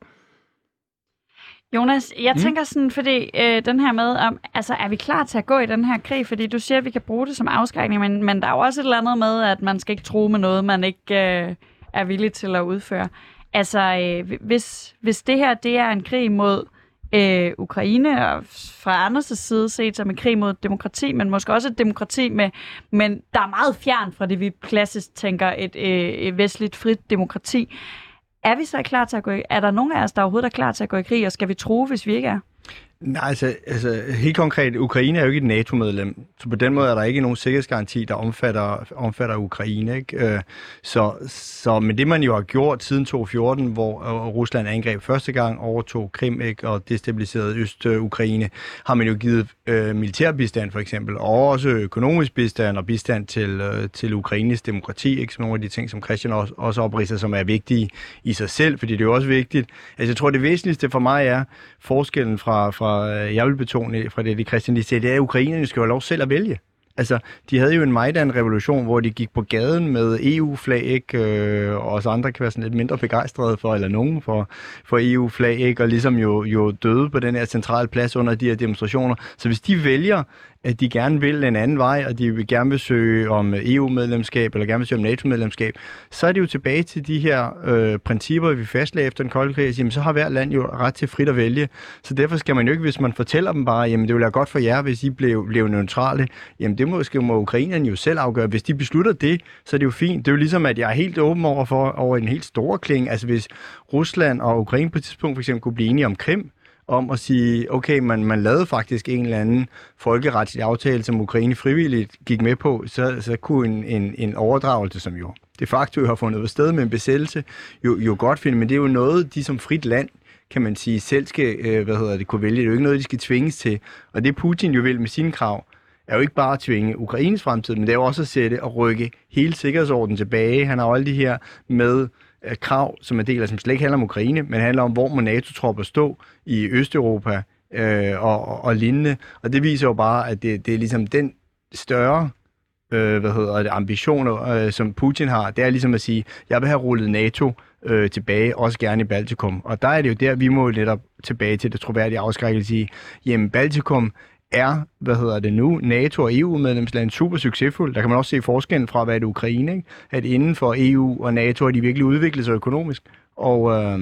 [SPEAKER 3] Jonas, jeg tænker sådan, fordi øh, den her med, om, altså er vi klar til at gå i den her krig? Fordi du siger, at vi kan bruge det som afskrækning, men, men der er jo også et eller andet med, at man skal ikke tro med noget, man ikke øh, er villig til at udføre. Altså, øh, hvis, hvis det her det er en krig mod øh, Ukraine, og fra andres side set som en krig mod demokrati, men måske også et demokrati, med, men der er meget fjern fra det, vi klassisk tænker et, øh, et vestligt frit demokrati. Er vi så klar til at gå i, er der nogen af os, der overhovedet er klar til at gå i krig, og skal vi true, hvis vi ikke er?
[SPEAKER 4] Nej, altså, altså helt konkret, Ukraine er jo ikke et NATO-medlem, så på den måde er der ikke nogen sikkerhedsgaranti, der omfatter, omfatter Ukraine, ikke? Så, så med det, man jo har gjort siden to tusind og fjorten, hvor Rusland angreb første gang, overtog Krim, ikke, og destabiliserede Øst-Ukraine, har man jo givet øh, militærbistand for eksempel, og også økonomisk bistand og bistand til, øh, til Ukraines demokrati, ikke? Som nogle af de ting, som Christian også, også opridser, som er vigtige i sig selv, fordi det er jo også vigtigt. Altså, jeg tror, det væsentligste for mig er forskellen fra, fra jeg vil betone fra det, det Christian lige siger, det er, at ukrainerne skal jo have lov selv at vælge. Altså, de havde jo en Majdan-revolution, hvor de gik på gaden med E U-flag, ikke? Øh, og os andre kan være sådan lidt mindre begejstrede for, eller nogen for, for E U-flag, ikke? Og ligesom jo, jo døde på den her centrale plads under de her demonstrationer. Så hvis de vælger, at de gerne vil en anden vej, og de vil gerne vil søge om E U-medlemskab, eller gerne vil søge om NATO-medlemskab, så er det jo tilbage til de her øh, principper, vi fastlagde efter den kolde krig, jamen, så har hver land jo ret til frit at vælge. Så derfor skal man jo ikke, hvis man fortæller dem bare, jamen det vil være godt for jer, hvis I blev, blev neutrale, jamen det måske må ukrainerne jo selv afgøre. Hvis de beslutter det, så er det jo fint. Det er jo ligesom, at jeg er helt åben over for over en helt store kling. Altså hvis Rusland og Ukraine på et tidspunkt for eksempel kunne blive enige om Krim, om at sige, okay, man, man lavede faktisk en eller anden folkeretslig aftale, som Ukraine frivilligt gik med på, så, så kunne en, en, en overdragelse, som jo de facto jo har fundet sted med en besættelse, jo, jo godt finde, men det er jo noget, de som frit land, kan man sige, selv skal, øh, hvad hedder det, kunne vælge. Det er jo ikke noget, de skal tvinges til. Og det Putin jo vil med sine krav, er jo ikke bare at tvinge Ukraines fremtid, men det er jo også at sætte og rykke hele sikkerhedsordenen tilbage. Han har jo alle de her med krav, som er del som slet ikke handler om Ukraine, men handler om, hvor må NATO-tropper stå i Østeuropa øh, og, og, og lignende. Og det viser jo bare, at det, det er ligesom den større øh, hvad hedder det, ambitioner, øh, som Putin har. Det er ligesom at sige, jeg vil have rullet NATO øh, tilbage, også gerne i Baltikum. Og der er det jo der, vi må netop tilbage til det troværdige afskrækkelse sige, jamen Baltikum er, hvad hedder det nu, NATO og E U-medlemsland super succesfuld. Der kan man også se forskellen fra, hvad det er Ukraine, ikke? At inden for E U og NATO har de virkelig udviklet sig økonomisk, og øh,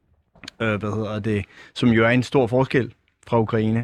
[SPEAKER 4] øh, hvad hedder det, som jo er en stor forskel fra Ukraine.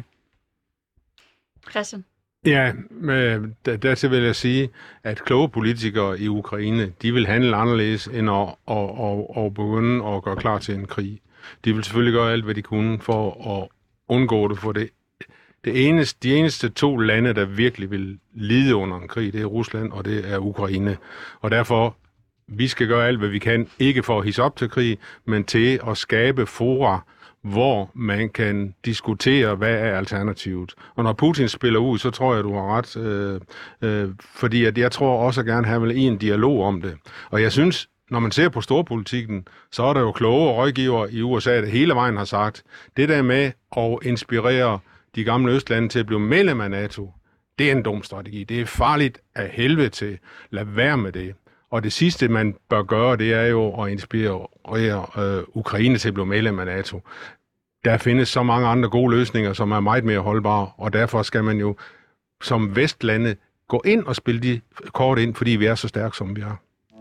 [SPEAKER 3] Christian?
[SPEAKER 5] Ja, men dertil vil jeg sige, at kloge politikere i Ukraine, de vil handle anderledes end at, at, at, at begynde at gøre klar til en krig. De vil selvfølgelig gøre alt, hvad de kunne for at undgå det, for det Det eneste, de eneste to lande, der virkelig vil lide under en krig, det er Rusland, og det er Ukraine. Og derfor, vi skal gøre alt, hvad vi kan, ikke for at hisse op til krig, men til at skabe fora, hvor man kan diskutere, hvad er alternativet. Og når Putin spiller ud, så tror jeg, du har ret, øh, øh, fordi at jeg tror også at gerne have vel en dialog om det. Og jeg synes, når man ser på storpolitikken, så er der jo kloge rådgivere i U S A, der hele vejen har sagt, det der med at inspirere de gamle østlande til at blive medlem af NATO, det er en dum strategi. Det er farligt af helvede til. Lad være med det. Og det sidste, man bør gøre, det er jo at inspirere øh, Ukraine til at blive medlem af NATO. Der findes så mange andre gode løsninger, som er meget mere holdbare, og derfor skal man jo som vestlande gå ind og spille de kort ind, fordi vi er så stærke, som vi er.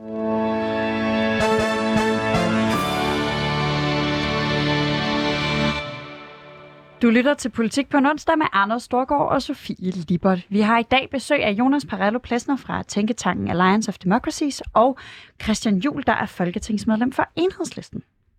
[SPEAKER 3] Du lytter til Politik på en onsdag med Anders Storgård og Sofie Lippert. Vi har i dag besøg af Jonas Parello Plesner fra Tænketanken Alliance of Democracies og Christian Juhl, der er folketingsmedlem for Enhedslisten.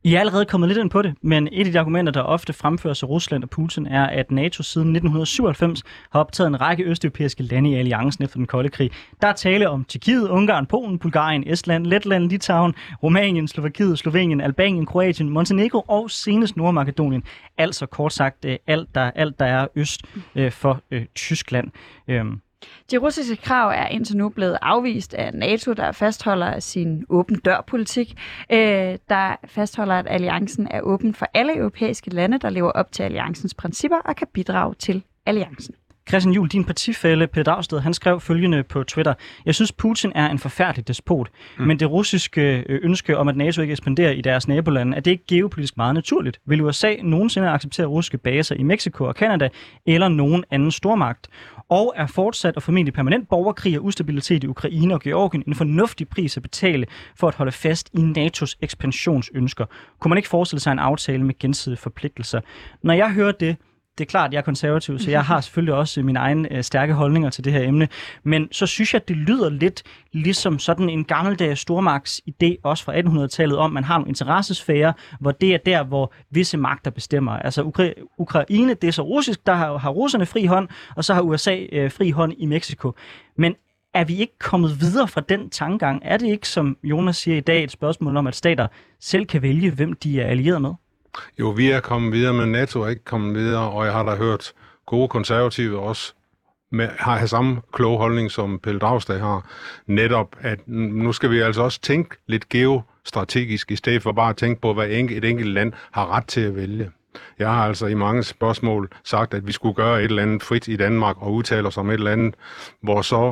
[SPEAKER 2] I er allerede kommet lidt ind på det, men et af de argumenter, der ofte fremføres af Rusland og Putin, er, at NATO siden nitten syvoghalvfems har optaget en række østeuropæiske lande i alliancen efter den kolde krig. Der er tale om Tjekkiet, Ungarn, Polen, Bulgarien, Estland, Letland, Litauen, Rumænien, Slovakiet, Slovenien, Albanien, Kroatien, Montenegro og senest Nordmakedonien. Altså kort sagt alt, der, alt, der er øst øh, for øh, Tyskland. Øhm.
[SPEAKER 3] De russiske krav er indtil nu blevet afvist af NATO, der fastholder sin åben dør-politik, øh, der fastholder, at alliancen er åben for alle europæiske lande, der lever op til alliancens principper og kan bidrage til alliancen.
[SPEAKER 2] Christian Juhl, din partifælle Pelle Dragsted, han skrev følgende på Twitter: Jeg synes, Putin er en forfærdelig despot, mm. men det russiske ønske om, at NATO ikke ekspanderer i deres nabolande, er det ikke geopolitisk meget naturligt? Vil U S A nogensinde acceptere russiske baser i Mexico og Canada eller nogen anden stormagt? Og er fortsat og formentlig permanent borgerkrig og ustabilitet i Ukraine og Georgien en fornuftig pris at betale for at holde fast i N A T O's ekspansionsønsker? Kunne man ikke forestille sig en aftale med gensidige forpligtelser? Når jeg hører det, det er klart, at jeg er konservativ, så jeg har selvfølgelig også mine egne øh, stærke holdninger til det her emne. Men så synes jeg, at det lyder lidt ligesom sådan en gammeldags stormagtsidé, også fra attenhundredetallet, om, at man har nogle interessesfærer, hvor det er der, hvor visse magter bestemmer. Altså Ukra- Ukraine, det er så russisk, der har, har russerne fri hånd, og så har U S A øh, fri hånd i Mexico. Men er vi ikke kommet videre fra den tankegang? Er det ikke, som Jonas siger i dag, et spørgsmål om, at stater selv kan vælge, hvem de er allieret med?
[SPEAKER 5] Jo, vi er kommet videre, men NATO er ikke kommet videre, og jeg har da hørt gode konservative også med, har samme kloge holdning, som Pelle Dragsted har. Netop, at nu skal vi altså også tænke lidt geostrategisk, i stedet for bare at tænke på, hvad et enkelt land har ret til at vælge. Jeg har altså i mange spørgsmål sagt, at vi skulle gøre et eller andet frit i Danmark og udtale os om et eller andet, hvor så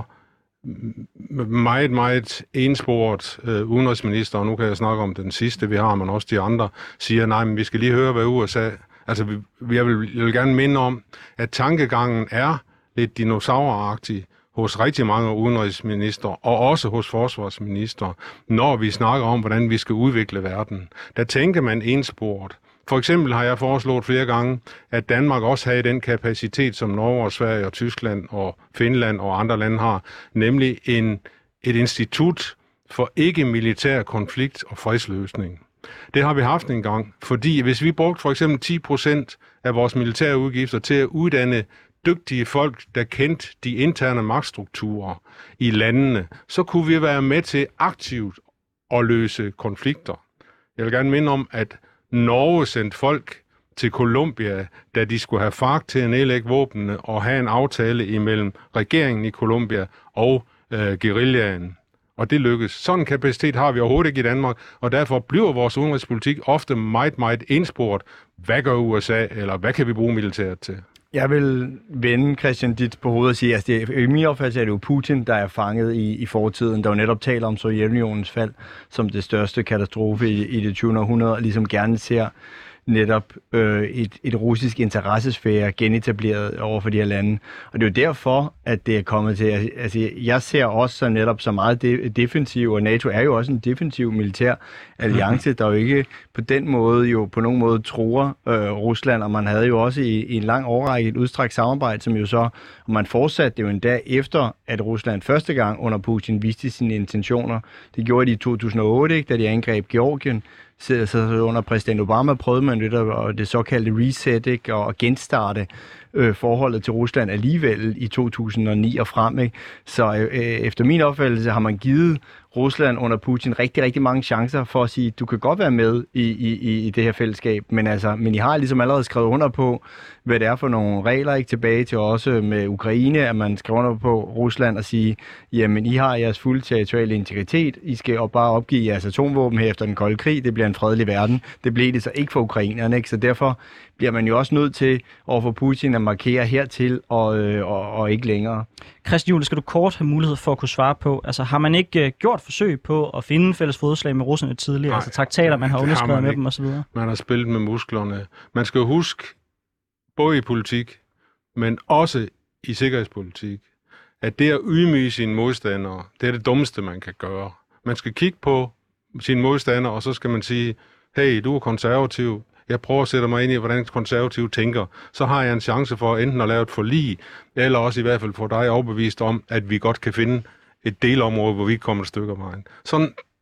[SPEAKER 5] meget, meget ensporet øh, udenrigsminister, og nu kan jeg snakke om den sidste, vi har, men også de andre, siger, nej, men vi skal lige høre, hvad U S A... Altså, vi, jeg, vil, jeg vil gerne minde om, at tankegangen er lidt dinosauragtig hos rigtig mange udenrigsminister, og også hos forsvarsminister, når vi snakker om, hvordan vi skal udvikle verden. Der tænker man ensporet. For eksempel har jeg foreslået flere gange, at Danmark også havde den kapacitet, som Norge og Sverige og Tyskland og Finland og andre lande har, nemlig en, et institut for ikke-militær konflikt og fredsløsning. Det har vi haft en gang, fordi hvis vi brugte for eksempel ti procent af vores militære udgifter til at uddanne dygtige folk, der kendte de interne magtstrukturer i landene, så kunne vi være med til aktivt at løse konflikter. Jeg vil gerne minde om, at Norge sendte folk til Colombia, da de skulle have F A R C til at nedlægge våbnene og have en aftale imellem regeringen i Colombia og øh, guerillaen. Og det lykkedes. Sådan en kapacitet har vi overhovedet ikke i Danmark, og derfor bliver vores udenrigspolitik ofte meget, meget ensporet. Hvad gør U S A, eller hvad kan vi bruge militæret til?
[SPEAKER 4] Jeg vil vende Christian dit på hovedet og sige, at altså i min opfattelse er det jo Putin, der er fanget i, i fortiden, der jo netop taler om Sovjetunionens fald som det største katastrofe i, i det tyvende århundrede, og ligesom gerne ser netop øh, et, et russisk interessesfære genetableret over for de her lande. Og det er jo derfor, at det er kommet til. Altså, jeg ser også så netop så meget de, defensiv, og NATO er jo også en defensiv militær alliance, der jo ikke på den måde jo på nogen måde truer øh, Rusland, og man havde jo også i, i en lang årrække et udstrakt samarbejde, som jo så, og man fortsatte det jo endda efter, at Rusland første gang under Putin viste sine intentioner. Det gjorde de i to tusind og otte, ikke, da de angreb Georgien. Så, så under præsident Obama prøvede man det, der, det såkaldte reset, ikke, og genstarte øh, forholdet til Rusland alligevel i to tusind og ni og frem. Ikke? Så øh, efter min opfattelse har man givet Rusland under Putin rigtig, rigtig mange chancer for at sige, du kan godt være med i, i, i det her fællesskab, men, altså, men I har ligesom allerede skrevet under på, hvad det er for nogle regler, ikke tilbage til også med Ukraine, at man skriver under på Rusland og sige, jamen I har jeres fulde territoriale integritet, I skal jo bare opgive jeres atomvåben her efter den kolde krig, det bliver en fredelig verden. Det blev det så ikke for ukrainerne, ikke? Så derfor bliver man jo også nødt til overfor Putin at markere hertil og, øh, og, og ikke længere.
[SPEAKER 2] Christian Juhl, skal du kort have mulighed for at kunne svare på, altså har man ikke uh, gjort forsøg på at finde fælles fodslag med russerne tidligere, Nej, altså traktater, man har underskrevet med dem osv.?
[SPEAKER 5] Man har spillet med musklerne. Man skal jo huske, både i politik, men også i sikkerhedspolitik, at det at ydmyge sine modstandere, det er det dummeste, man kan gøre. Man skal kigge på sine modstandere, og så skal man sige, hey, du er konservativ, jeg prøver at sætte mig ind i, hvordan konservative tænker, så har jeg en chance for enten at lave et forlig, eller også i hvert fald få dig overbevist om, at vi godt kan finde et delområde, hvor vi kommer et stykke af vejen. Sådan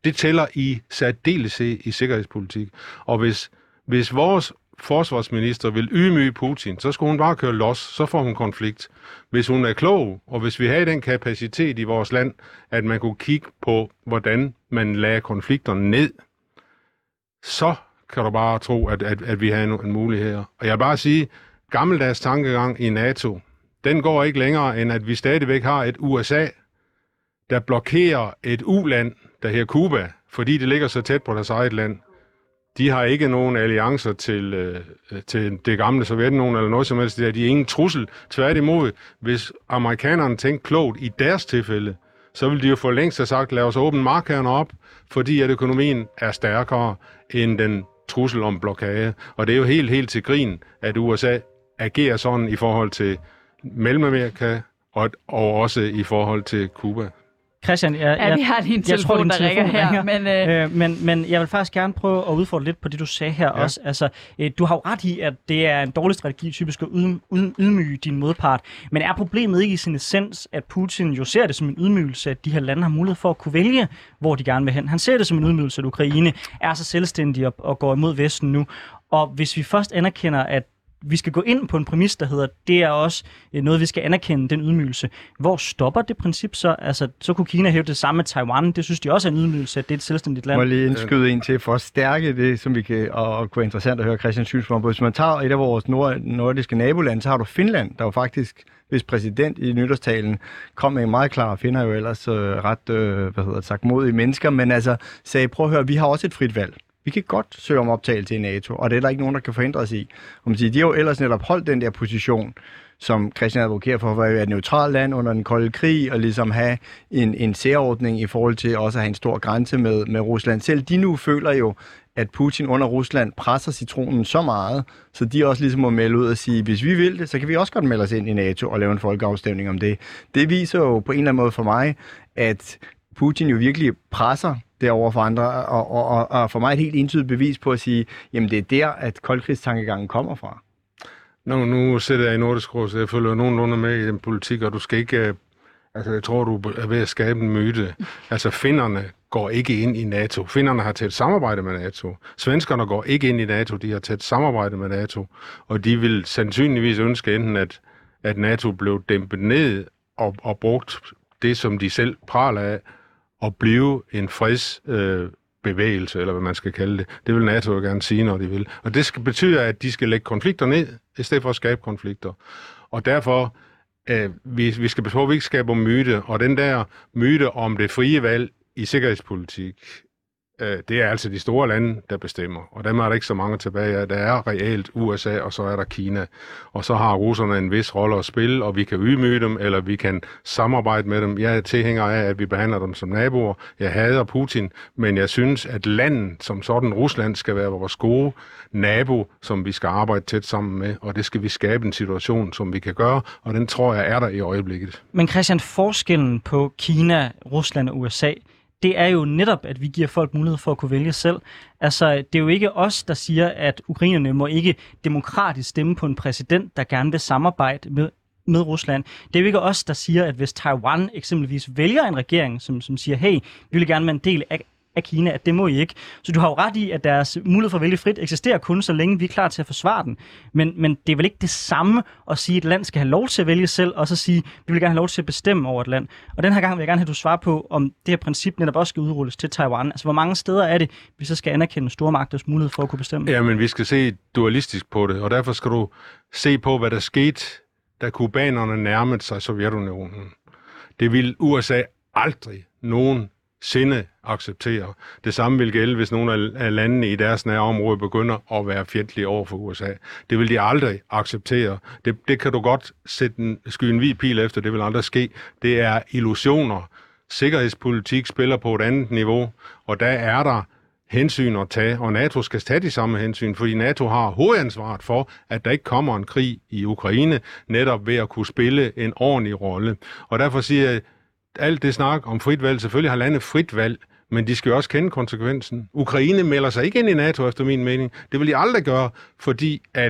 [SPEAKER 5] det tæller i særdeleshed i sikkerhedspolitik. Og hvis, hvis vores forsvarsminister vil ydmyge Putin, så skulle hun bare køre los, så får hun konflikt. Hvis hun er klog, og hvis vi har den kapacitet i vores land, at man kunne kigge på, hvordan man lagde konflikterne ned, så kan du bare tro, at, at, at vi har en, en mulighed. Og jeg vil bare sige, gammeldags tankegang i NATO, den går ikke længere, end at vi stadigvæk har et U S A, der blokerer et U-land, der hedder Cuba, fordi det ligger så tæt på deres eget land. De har ikke nogen alliancer til, øh, til det gamle Sovjetunionen eller noget som helst. De er ingen trussel. Tværtimod, hvis amerikanerne tænker klogt i deres tilfælde, så vil de jo for længst have sagt, lad os åbne markederne op, fordi at økonomien er stærkere end den trussel om blokade. Og det er jo helt, helt til grin, at U S A agerer sådan i forhold til Mellemamerika og, og også i forhold til Cuba.
[SPEAKER 2] Christian, jeg,
[SPEAKER 3] ja, vi har lige en telefon, tror, der telefon ringer her. Men, øh... Øh,
[SPEAKER 2] men, men jeg vil faktisk gerne prøve at udfordre lidt på det, du sagde her ja. også. Altså, øh, du har jo ret i, at det er en dårlig strategi typisk at yd, yd, ydmyge din modpart. Men er problemet ikke i sin essens, at Putin jo ser det som en ydmygelse, at de her lande har mulighed for at kunne vælge, hvor de gerne vil hen? Han ser det som en ydmygelse, at Ukraine er så selvstændig og, og går imod Vesten nu. Og hvis vi først anerkender, at vi skal gå ind på en præmis, der hedder, det er også noget, vi skal anerkende, den ydmygelse. Hvor stopper det princip så? Altså, så kunne Kina hæve det samme med Taiwan. Det synes de også er en ydmygelse, at det er et selvstændigt land.
[SPEAKER 4] Må lige indskyde en til for at stærke det, som vi kan, og, og kunne være interessant at høre Christians synspunkt på. Hvis man tager et af vores nord, nordiske nabolande, så har du Finland, der jo faktisk, hvis præsident i nytårstalen kom med en meget klar, finder jo ellers øh, ret, øh, hvad hedder det, sagt modige mennesker, men altså sagde, prøv at høre, vi har også et frit valg. Vi kan godt søge om optagelse i NATO, og det er der ikke nogen, der kan forhindre os i. Om de har jo ellers netop holdt den der position, som Christian advokerer for, at være et neutralt land under den kolde krig, og ligesom have en, en særordning i forhold til også at have en stor grænse med, med Rusland. Selv de nu føler jo, at Putin under Rusland presser citronen så meget, så de også ligesom må melde ud og sige, hvis vi vil det, så kan vi også godt melde os ind i NATO og lave en folkeafstemning om det. Det viser jo på en eller anden måde for mig, at Putin jo virkelig presser derover for andre, og, og, og, og for mig et helt entydigt bevis på at sige, jamen det er der, at koldkrigstankegangen kommer fra.
[SPEAKER 5] Nå, nu sidder jeg i Nordisk Råd, så jeg følger nogenlunde med i den politik, og du skal ikke, altså jeg tror, du er ved at skabe en myte. Altså finnerne går ikke ind i NATO. Finnerne har tæt samarbejde med NATO. Svenskerne går ikke ind i NATO, de har tæt samarbejde med NATO, og de vil sandsynligvis ønske enten, at, at NATO blev dæmpet ned og, og brugt det, som de selv praler af, at blive en fredsbevægelse, øh, eller hvad man skal kalde det. Det vil NATO jo gerne sige, når de vil. Og det skal betyde, at de skal lægge konflikter ned, i stedet for at skabe konflikter. Og derfor, øh, vi, vi skal besøge, at vi ikke skaber myte, og den der myte om det frie valg i sikkerhedspolitik, øh, det er altså de store lande, der bestemmer. Og dem er der ikke så mange tilbage af. Der er reelt U S A, og så er der Kina. Og så har russerne en vis rolle at spille, og vi kan ydmyge dem, eller vi kan samarbejde med dem. Jeg er tilhænger af, at vi behandler dem som naboer. Jeg hader Putin, men jeg synes, at landet som sådan, Rusland, skal være vores gode nabo, som vi skal arbejde tæt sammen med, og det skal vi skabe en situation, som vi kan gøre, og den tror jeg er der i øjeblikket.
[SPEAKER 2] Men Christian, forskellen på Kina, Rusland og U S A, det er jo netop, at vi giver folk mulighed for at kunne vælge selv. Altså, det er jo ikke os, der siger, at ukrainerne må ikke demokratisk stemme på en præsident, der gerne vil samarbejde med, med Rusland. Det er jo ikke os, der siger, at hvis Taiwan eksempelvis vælger en regering, som, som siger, hey, vi vil gerne være en del af af Kina, at det må I ikke. Så du har jo ret i, at deres mulighed for at vælge frit eksisterer kun, så længe vi er klar til at forsvare den. Men, men det er vel ikke det samme at sige, at et land skal have lov til at vælge selv, og så sige, at vi vil gerne have lov til at bestemme over et land. Og den her gang vil jeg gerne have, at du svarer på, om det her princip netop også skal udrulles til Taiwan. Altså, hvor mange steder er det, vi så skal anerkende stormagters mulighed for at kunne bestemme?
[SPEAKER 5] Ja, men vi skal se dualistisk på det, og derfor skal du se på, hvad der skete, da kubanerne nærmede sig Sovjetunionen. Det vil U S A aldrig nogen sinde acceptere. Det samme vil gælde, hvis nogle af landene i deres nærområde begynder at være fjendtlige over for U S A. Det vil de aldrig acceptere. Det, det kan du godt sætte en, skyde en hvid pil efter, det vil aldrig ske. Det er illusioner. Sikkerhedspolitik spiller på et andet niveau, og der er der hensyn at tage, og NATO skal tage de samme hensyn, fordi NATO har hovedansvaret for, at der ikke kommer en krig i Ukraine, netop ved at kunne spille en ordentlig rolle. Og derfor siger jeg, alt det snak om frit valg, selvfølgelig har landet frit valg, men de skal jo også kende konsekvensen. Ukraine melder sig ikke ind i NATO, efter min mening. Det vil de aldrig gøre, fordi at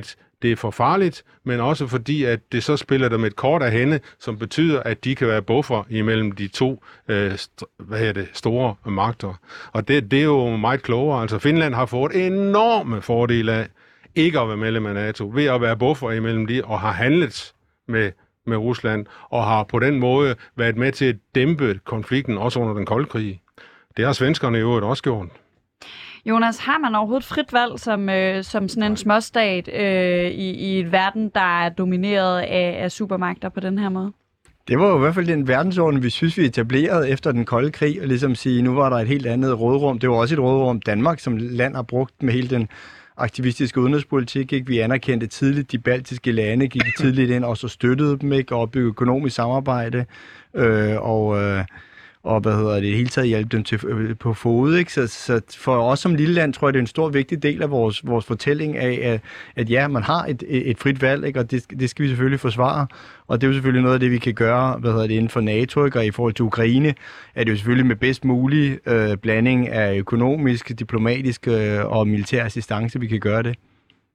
[SPEAKER 5] det er for farligt, men også fordi, at det så spiller dem et kort af hende, som betyder, at de kan være buffer imellem de to øh, st- hvad hedder det, store magter. Og det, det er jo meget klogere. Altså Finland har fået enorme fordele af ikke at være medlem af NATO, ved at være buffer imellem de, og har handlet med, med Rusland, og har på den måde været med til at dæmpe konflikten, også under den kolde krig. Det har svenskerne jo også gjort.
[SPEAKER 3] Jonas, har man overhovedet frit valg som, øh, som sådan en småstat øh, i, i et verden, der er domineret af, af supermagter på den her måde?
[SPEAKER 4] Det var jo i hvert fald den verdensorden, vi synes, vi etablerede efter den kolde krig, og ligesom sige, nu var der et helt andet rådrum. Det var også et rådrum, Danmark som land har brugt med hele den aktivistiske udenrigspolitik. Ikke? Vi anerkendte tidligt de baltiske lande, gik tidligt ind og så støttede dem, ikke? Og opbyggede økonomisk samarbejde, øh, og... Øh, og hvad hedder det, hele taget hjælpe dem til, øh, på fod. Ikke? Så, så for os som lille land, tror jeg, det er en stor vigtig del af vores, vores fortælling af, at, at ja, man har et, et frit valg, ikke? Og det, det skal vi selvfølgelig forsvare. Og det er jo selvfølgelig noget af det, vi kan gøre hvad hedder det, inden for NATO, ikke? Og i forhold til Ukraine, er det jo selvfølgelig med bedst mulig øh, blanding af økonomisk, diplomatisk øh, og militær assistance, vi kan gøre det.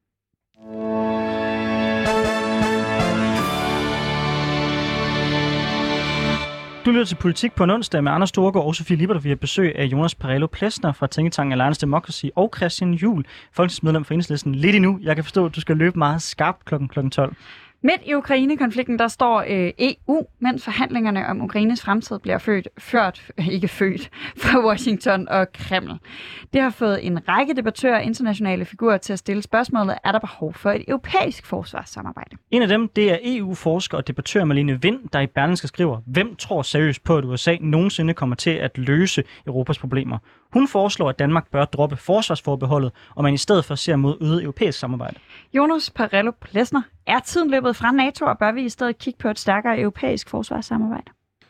[SPEAKER 2] Du lytter til Politik på en onsdag med Anders Storgård og Sofie Lippert, vi har besøg af Jonas Parello Plesner fra Tænketanken Alliance Democracy og Christian Juhl, folketingsmedlem for Enhedslisten. Lidt endnu. Jeg kan forstå, at du skal løbe meget skarpt klokken tolv.
[SPEAKER 3] Midt i Ukraine-konflikten, der står øh, E U, mens forhandlingerne om Ukraines fremtid bliver født, ført, ikke født, fra Washington og Kreml. Det har fået en række debattører og internationale figurer til at stille spørgsmålet, er der behov for et europæisk forsvarssamarbejde?
[SPEAKER 2] En af dem, det er E U-forsker og debattør Marlene Wind, der i Berlingske skriver, hvem tror seriøst på, at U S A nogensinde kommer til at løse Europas problemer? Hun foreslår, at Danmark bør droppe forsvarsforbeholdet, og man i stedet for ser mod øget europæisk samarbejde.
[SPEAKER 3] Jonas Parello Plesner, er tiden løbet fra NATO, og bør vi i stedet kigge på et stærkere europæisk forsvarssamarbejde?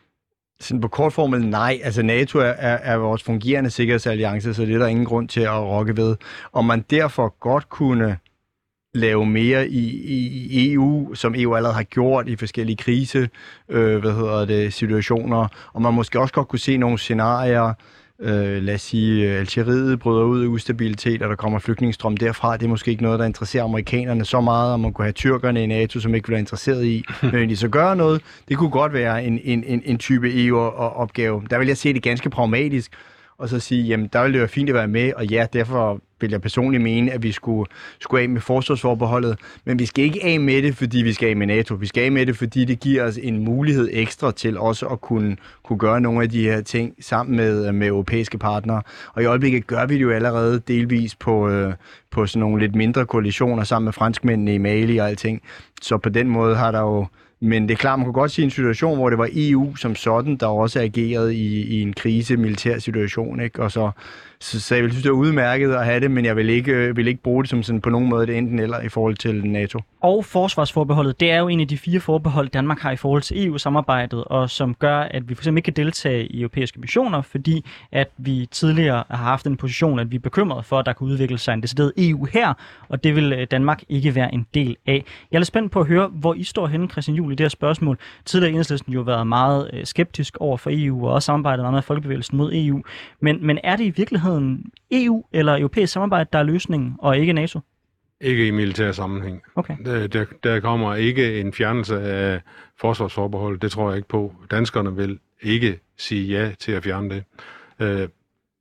[SPEAKER 4] Sådan på kort formel, nej. Altså NATO er, er, er vores fungerende sikkerhedsalliance, så det er der ingen grund til at rokke ved. Og man derfor godt kunne lave mere i, i E U, som E U allerede har gjort i forskellige krise, øh, hvad hedder det, situationer. Og man måske også godt kunne se nogle scenarier. Øh, lad os sige, Algeriet bryder ud af ustabilitet, og der kommer flygtningestrøm derfra. Det er måske ikke noget, der interesserer amerikanerne så meget, og man kunne have tyrkerne i NATO, som ikke vil være interesseret i, men de så gøre noget. Det kunne godt være en, en, en, en type E U-opgave. Der vil jeg se det ganske pragmatisk, og så sige, jamen der ville det være fint at være med, og ja, derfor vil jeg personligt mene, at vi skulle, skulle af med forsvarsforbeholdet, men vi skal ikke af med det, fordi vi skal af med NATO. Vi skal af med det, fordi det giver os en mulighed ekstra til også at kunne, kunne gøre nogle af de her ting sammen med, med europæiske partnere. Og i øjeblikket gør vi det jo allerede delvis på, øh, på sådan nogle lidt mindre koalitioner sammen med franskmændene i Mali og alting. Så på den måde har der jo... Men det er klart, man kunne godt sige en situation, hvor det var E U som sådan, der også agerede i, i en krise, militær situation, ikke? Og så, så, så jeg vil synes, det er udmærket at have det, men jeg vil ikke, vil ikke bruge det som sådan på nogen måde det enten eller i forhold til NATO.
[SPEAKER 2] Og forsvarsforbeholdet, det er jo en af de fire forbehold, Danmark har i forhold til E U-samarbejdet, og som gør, at vi for eksempel ikke kan deltage i europæiske missioner, fordi at vi tidligere har haft en position, at vi er bekymrede for, at der kan udvikle sig en decideret E U her, og det vil Danmark ikke være en del af. Jeg er lidt spændt på at høre, hvor I står henne, Christian Juhl, i det her spørgsmål. Tidligere har Enhedslisten jo været meget skeptisk over for E U, og også samarbejdet meget med Folkebevægelsen mod E U. Men, men er det i virkeligheden E U eller europæisk samarbejde, der er løsningen, og ikke NATO?
[SPEAKER 5] Ikke i militær sammenhæng.
[SPEAKER 2] Okay.
[SPEAKER 5] Der, der, der kommer ikke en fjernelse af forsvarsforbehold. Det tror jeg ikke på. Danskerne vil ikke sige ja til at fjerne det. Øh,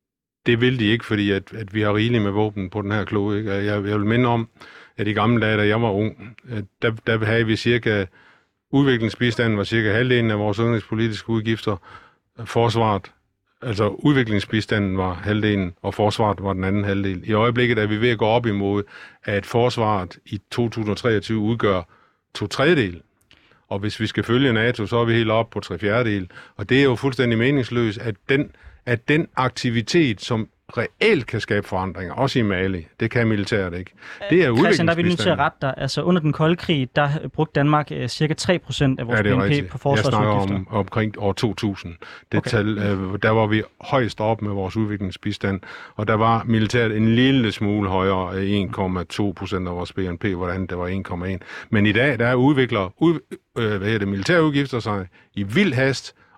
[SPEAKER 5] det vil de ikke, fordi at, at vi har rigeligt med våben på den her klode. Ikke? Jeg, jeg vil minde om, at i gamle dage, da jeg var ung, der, der havde vi cirka, udviklingsbistanden var cirka halvdelen af vores udenrigspolitiske udgifter. Forsvaret, altså udviklingsbistanden var halvdelen, og forsvaret var den anden halvdel. I øjeblikket er vi ved at gå op imod, at forsvaret i to tusind og treogtyve udgør to tredjedel. Og hvis vi skal følge NATO, så er vi helt op på tre fjerdedel. Og det er jo fuldstændig meningsløst, at den, at den aktivitet, som reelt kan skabe forandringer, også i Mali, det kan militæret ikke. Det er
[SPEAKER 2] Christian, der er vi nødt til at rette dig. Altså under den kolde krig, der brugte Danmark uh, cirka tre procent af vores
[SPEAKER 5] ja,
[SPEAKER 2] B N P
[SPEAKER 5] rigtigt.
[SPEAKER 2] på forsvarsudgifter. Jeg
[SPEAKER 5] snakker om omkring år to tusind. Det
[SPEAKER 2] okay.
[SPEAKER 5] tal, uh, der var vi højst op med vores udviklingsbistand, og der var militæret en lille smule højere, en komma to procent af vores B N P, hvordan det var en komma en. Men i dag, der udvikler ud, øh, hvad hedder det, militære udgifter sig i vild hast,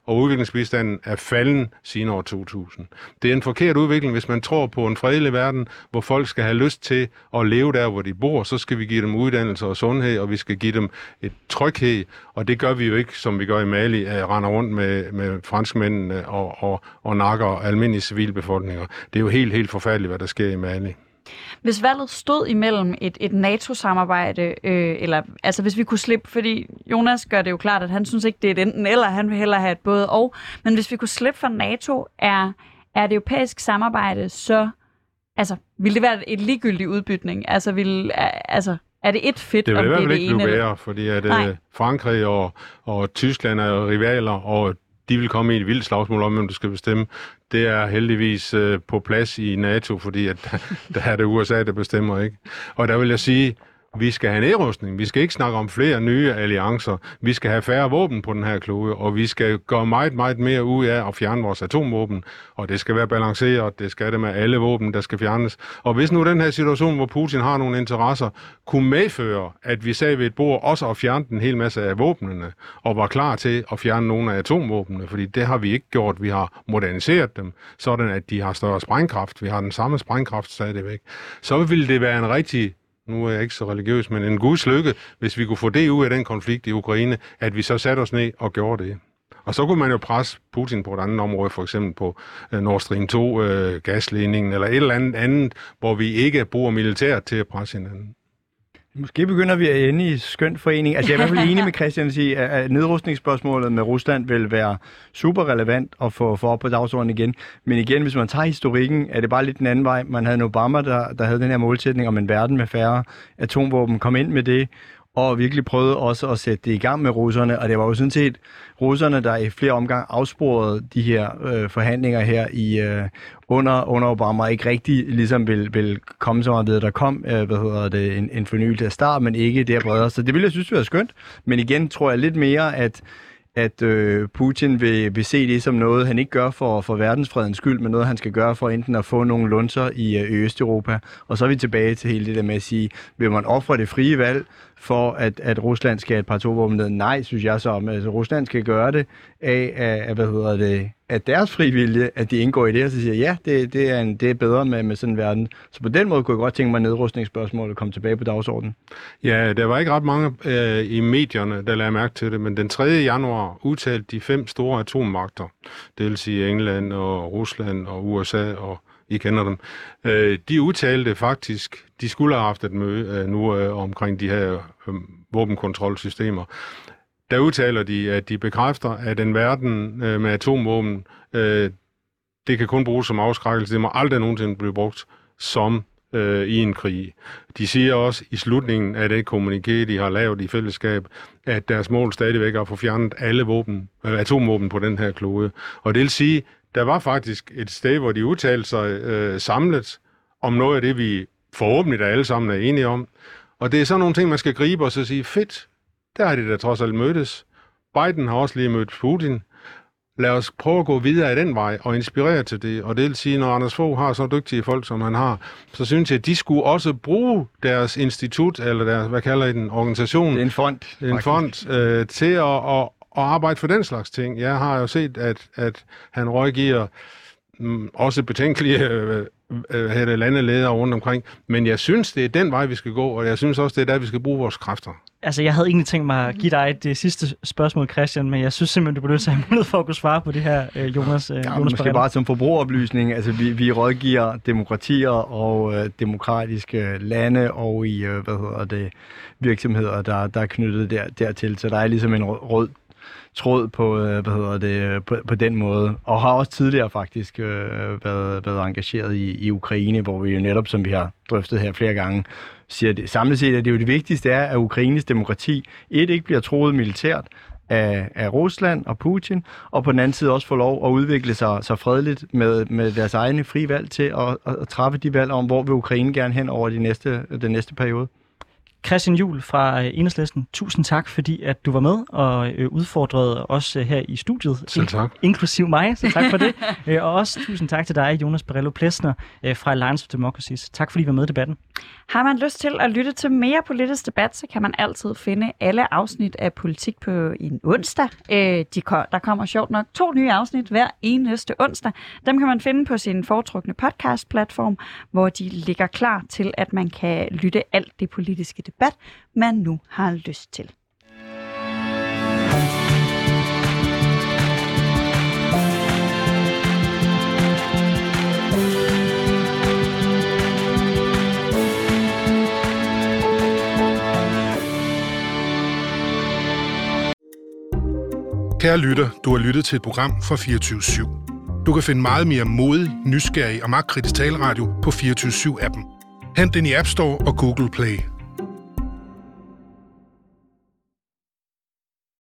[SPEAKER 5] og udviklingsbistanden er falden siden år to tusind. Det er en forkert udvikling, hvis man tror på en fredelig verden, hvor folk skal have lyst til at leve der, hvor de bor, så skal vi give dem uddannelse og sundhed, og vi skal give dem et tryghed, og det gør vi jo ikke, som vi gør i Mali, at rende rundt med, med franskmændene og, og, og nakker almindelige civilbefolkninger. Det er jo helt, helt forfærdeligt, hvad der sker i Mali.
[SPEAKER 3] Hvis valget stod imellem et, et NATO-samarbejde, øh, eller altså hvis vi kunne slippe, fordi Jonas gør det jo klart, at han synes ikke, det er et enten eller, han vil hellere have et både og, men hvis vi kunne slippe fra NATO, er, er det europæisk samarbejde, så altså, vil det være et ligegyldig udbytning? Altså, vil, altså, er det et fedt,
[SPEAKER 5] det
[SPEAKER 3] om det er det ene?
[SPEAKER 5] Det vil i hvert fald ikke blive værre, fordi at, uh, Frankrig og, og Tyskland er rivaler, og de vil komme i et vildt slagsmål om, hvem du skal bestemme. Det er heldigvis øh, på plads i NATO, fordi at, der er det U S A, der bestemmer, ikke? Og der vil jeg sige, vi skal have nedrustning. Vi skal ikke snakke om flere nye alliancer. Vi skal have færre våben på den her klode, og vi skal gøre meget, meget mere ud af at fjerne vores atomvåben. Og det skal være balanceret. Det skal det med alle våben, der skal fjernes. Og hvis nu den her situation, hvor Putin har nogle interesser, kunne medføre, at vi sad ved et bord også at fjerne en hel masse af våbnene, og var klar til at fjerne nogle af atomvåbnene, fordi det har vi ikke gjort. Vi har moderniseret dem, sådan at de har større sprængkraft. Vi har den samme sprængkraft stadigvæk. Så ville det være en rigtig nu er jeg ikke så religiøs, men en guds lykke, hvis vi kunne få det ud af den konflikt i Ukraine, at vi så satte os ned og gjorde det. Og så kunne man jo presse Putin på et andet område, for eksempel på Nord Stream to øh, gasledningen, eller et eller andet andet, hvor vi ikke bruger militæret til at presse hinanden.
[SPEAKER 4] Måske begynder vi at ende i skønt forening. Altså jeg er i hvert fald enig med Christian at sige, at nedrustningsspørgsmålet med Rusland vil være super relevant at få, få op på dagsordenen igen. Men igen, hvis man tager historikken, er det bare lidt den anden vej. Man havde en Obama, der, der havde den her målsætning om en verden med færre atomvåben, kom ind med det, og virkelig prøvede også at sætte det i gang med russerne. Og det var jo sådan set russerne, der i flere omgange afsporede de her øh, forhandlinger her i øh, under, under Obama, ikke rigtig ligesom vil, vil komme så meget ved, der kom øh, hvad hedder det, en, en fornyelse af start, men ikke der bredere. Så det ville jeg synes være skønt. Men igen tror jeg lidt mere, at at øh, Putin vil, vil se det som noget, han ikke gør for, for verdensfredens skyld, men noget, han skal gøre for enten at få nogle lunser i øh, Østeuropa. Og så er vi tilbage til hele det der med at sige, vil man ofre det frie valg for, at, at Rusland skal have et par atomvåben ned? Nej, synes jeg så. Altså, Rusland skal gøre det af, af, af hvad hedder det, af deres frivillige, at de indgår i det, og så siger ja, det, det, er, en, det er bedre med, med sådan en verden. Så på den måde kunne jeg godt tænke mig, at nedrustningsspørgsmålet kom tilbage på dagsordenen.
[SPEAKER 5] Ja, der var ikke ret mange øh, i medierne, der lagde mærke til det, men den tredje januar udtalte de fem store atommagter, det vil sige England og Rusland og U S A, og I kender dem, øh, de udtalte faktisk, de skulle have haft et møde øh, nu øh, omkring de her øh, våbenkontrolsystemer. Der udtaler de, at de bekræfter, at en verden øh, med atomvåben, øh, det kan kun bruges som afskrækkelse. Det må aldrig nogensinde blive brugt som øh, i en krig. De siger også i slutningen af det kommuniké, de har lavet i fællesskab, at deres mål stadigvæk er at få fjernet alle våben, øh, atomvåben på den her klode. Og det vil sige, der var faktisk et sted, hvor de udtalte sig øh, samlet om noget af det, vi forhåbentlig alle sammen er enige om. Og det er sådan nogle ting, man skal gribe og så sige, fedt, der har de da trods alt mødtes. Biden har også lige mødt Putin. Lad os prøve at gå videre af den vej og inspirere til det. Og det vil sige, når Anders Fogh har så dygtige folk, som han har, så synes jeg, at de skulle også bruge deres institut, eller deres, hvad kalder I den, organisation?
[SPEAKER 4] Det er en fond.
[SPEAKER 5] En fond øh, til at, at, at arbejde for den slags ting. Jeg har jo set, at, at han rådgiver mm, også betænkelige øh, øh, landeledere rundt omkring. Men jeg synes, det er den vej, vi skal gå, og jeg synes også, det er der, vi skal bruge vores kræfter.
[SPEAKER 2] Altså, jeg havde egentlig tænkt mig at give dig det sidste spørgsmål, Christian, men jeg synes simpelthen, du bliver nødt til at have mulighed for at kunne svare på det her, øh, Jonas. Øh,
[SPEAKER 4] ja,
[SPEAKER 2] Jonas
[SPEAKER 4] måske bare som forbrugeroplysning. Altså, vi, vi rådgiver demokratier og øh, demokratiske lande og i, øh, hvad hedder det, virksomheder, der, der er knyttet der, dertil. Så der er ligesom en rød tråd på, øh, hvad hedder det, på, på den måde. Og har også tidligere faktisk øh, været, været engageret i, i Ukraine, hvor vi jo netop, som vi har drøftet her flere gange, siger det. Samlet set er det jo det vigtigste er, at Ukraines demokrati et ikke bliver troet militært af, af Rusland og Putin, og på den anden side også får lov at udvikle sig så fredeligt med, med deres egne frie valg til at, at, at træffe de valg om, hvor vil Ukraine gerne hen over de næste, den næste periode.
[SPEAKER 2] Christian Juhl fra Enhedslisten, tusind tak, fordi at du var med og øh, udfordrede os øh, her i studiet.
[SPEAKER 5] Selv tak.
[SPEAKER 2] Inklusiv mig, så tak for det. øh, og også tusind tak til dig, Jonas Borello Plesner øh, fra Alliance for Democracies. Tak fordi I var med i debatten.
[SPEAKER 3] Har man lyst til at lytte til mere politisk debat, så kan man altid finde alle afsnit af Politik på en onsdag. Øh, de kom, der kommer sjovt nok to nye afsnit hver eneste onsdag. Dem kan man finde på sin foretrukne podcast-platform, hvor de ligger klar til, at man kan lytte alt det politiske debat, man nu har lyst til.
[SPEAKER 6] Kære lytter, du har lyttet til et program fra fireogtyve syv. Du kan finde meget mere modig, nysgerrig og magtkritisk taleradio på fireogtyve syv appen. Hent den i App Store og Google Play.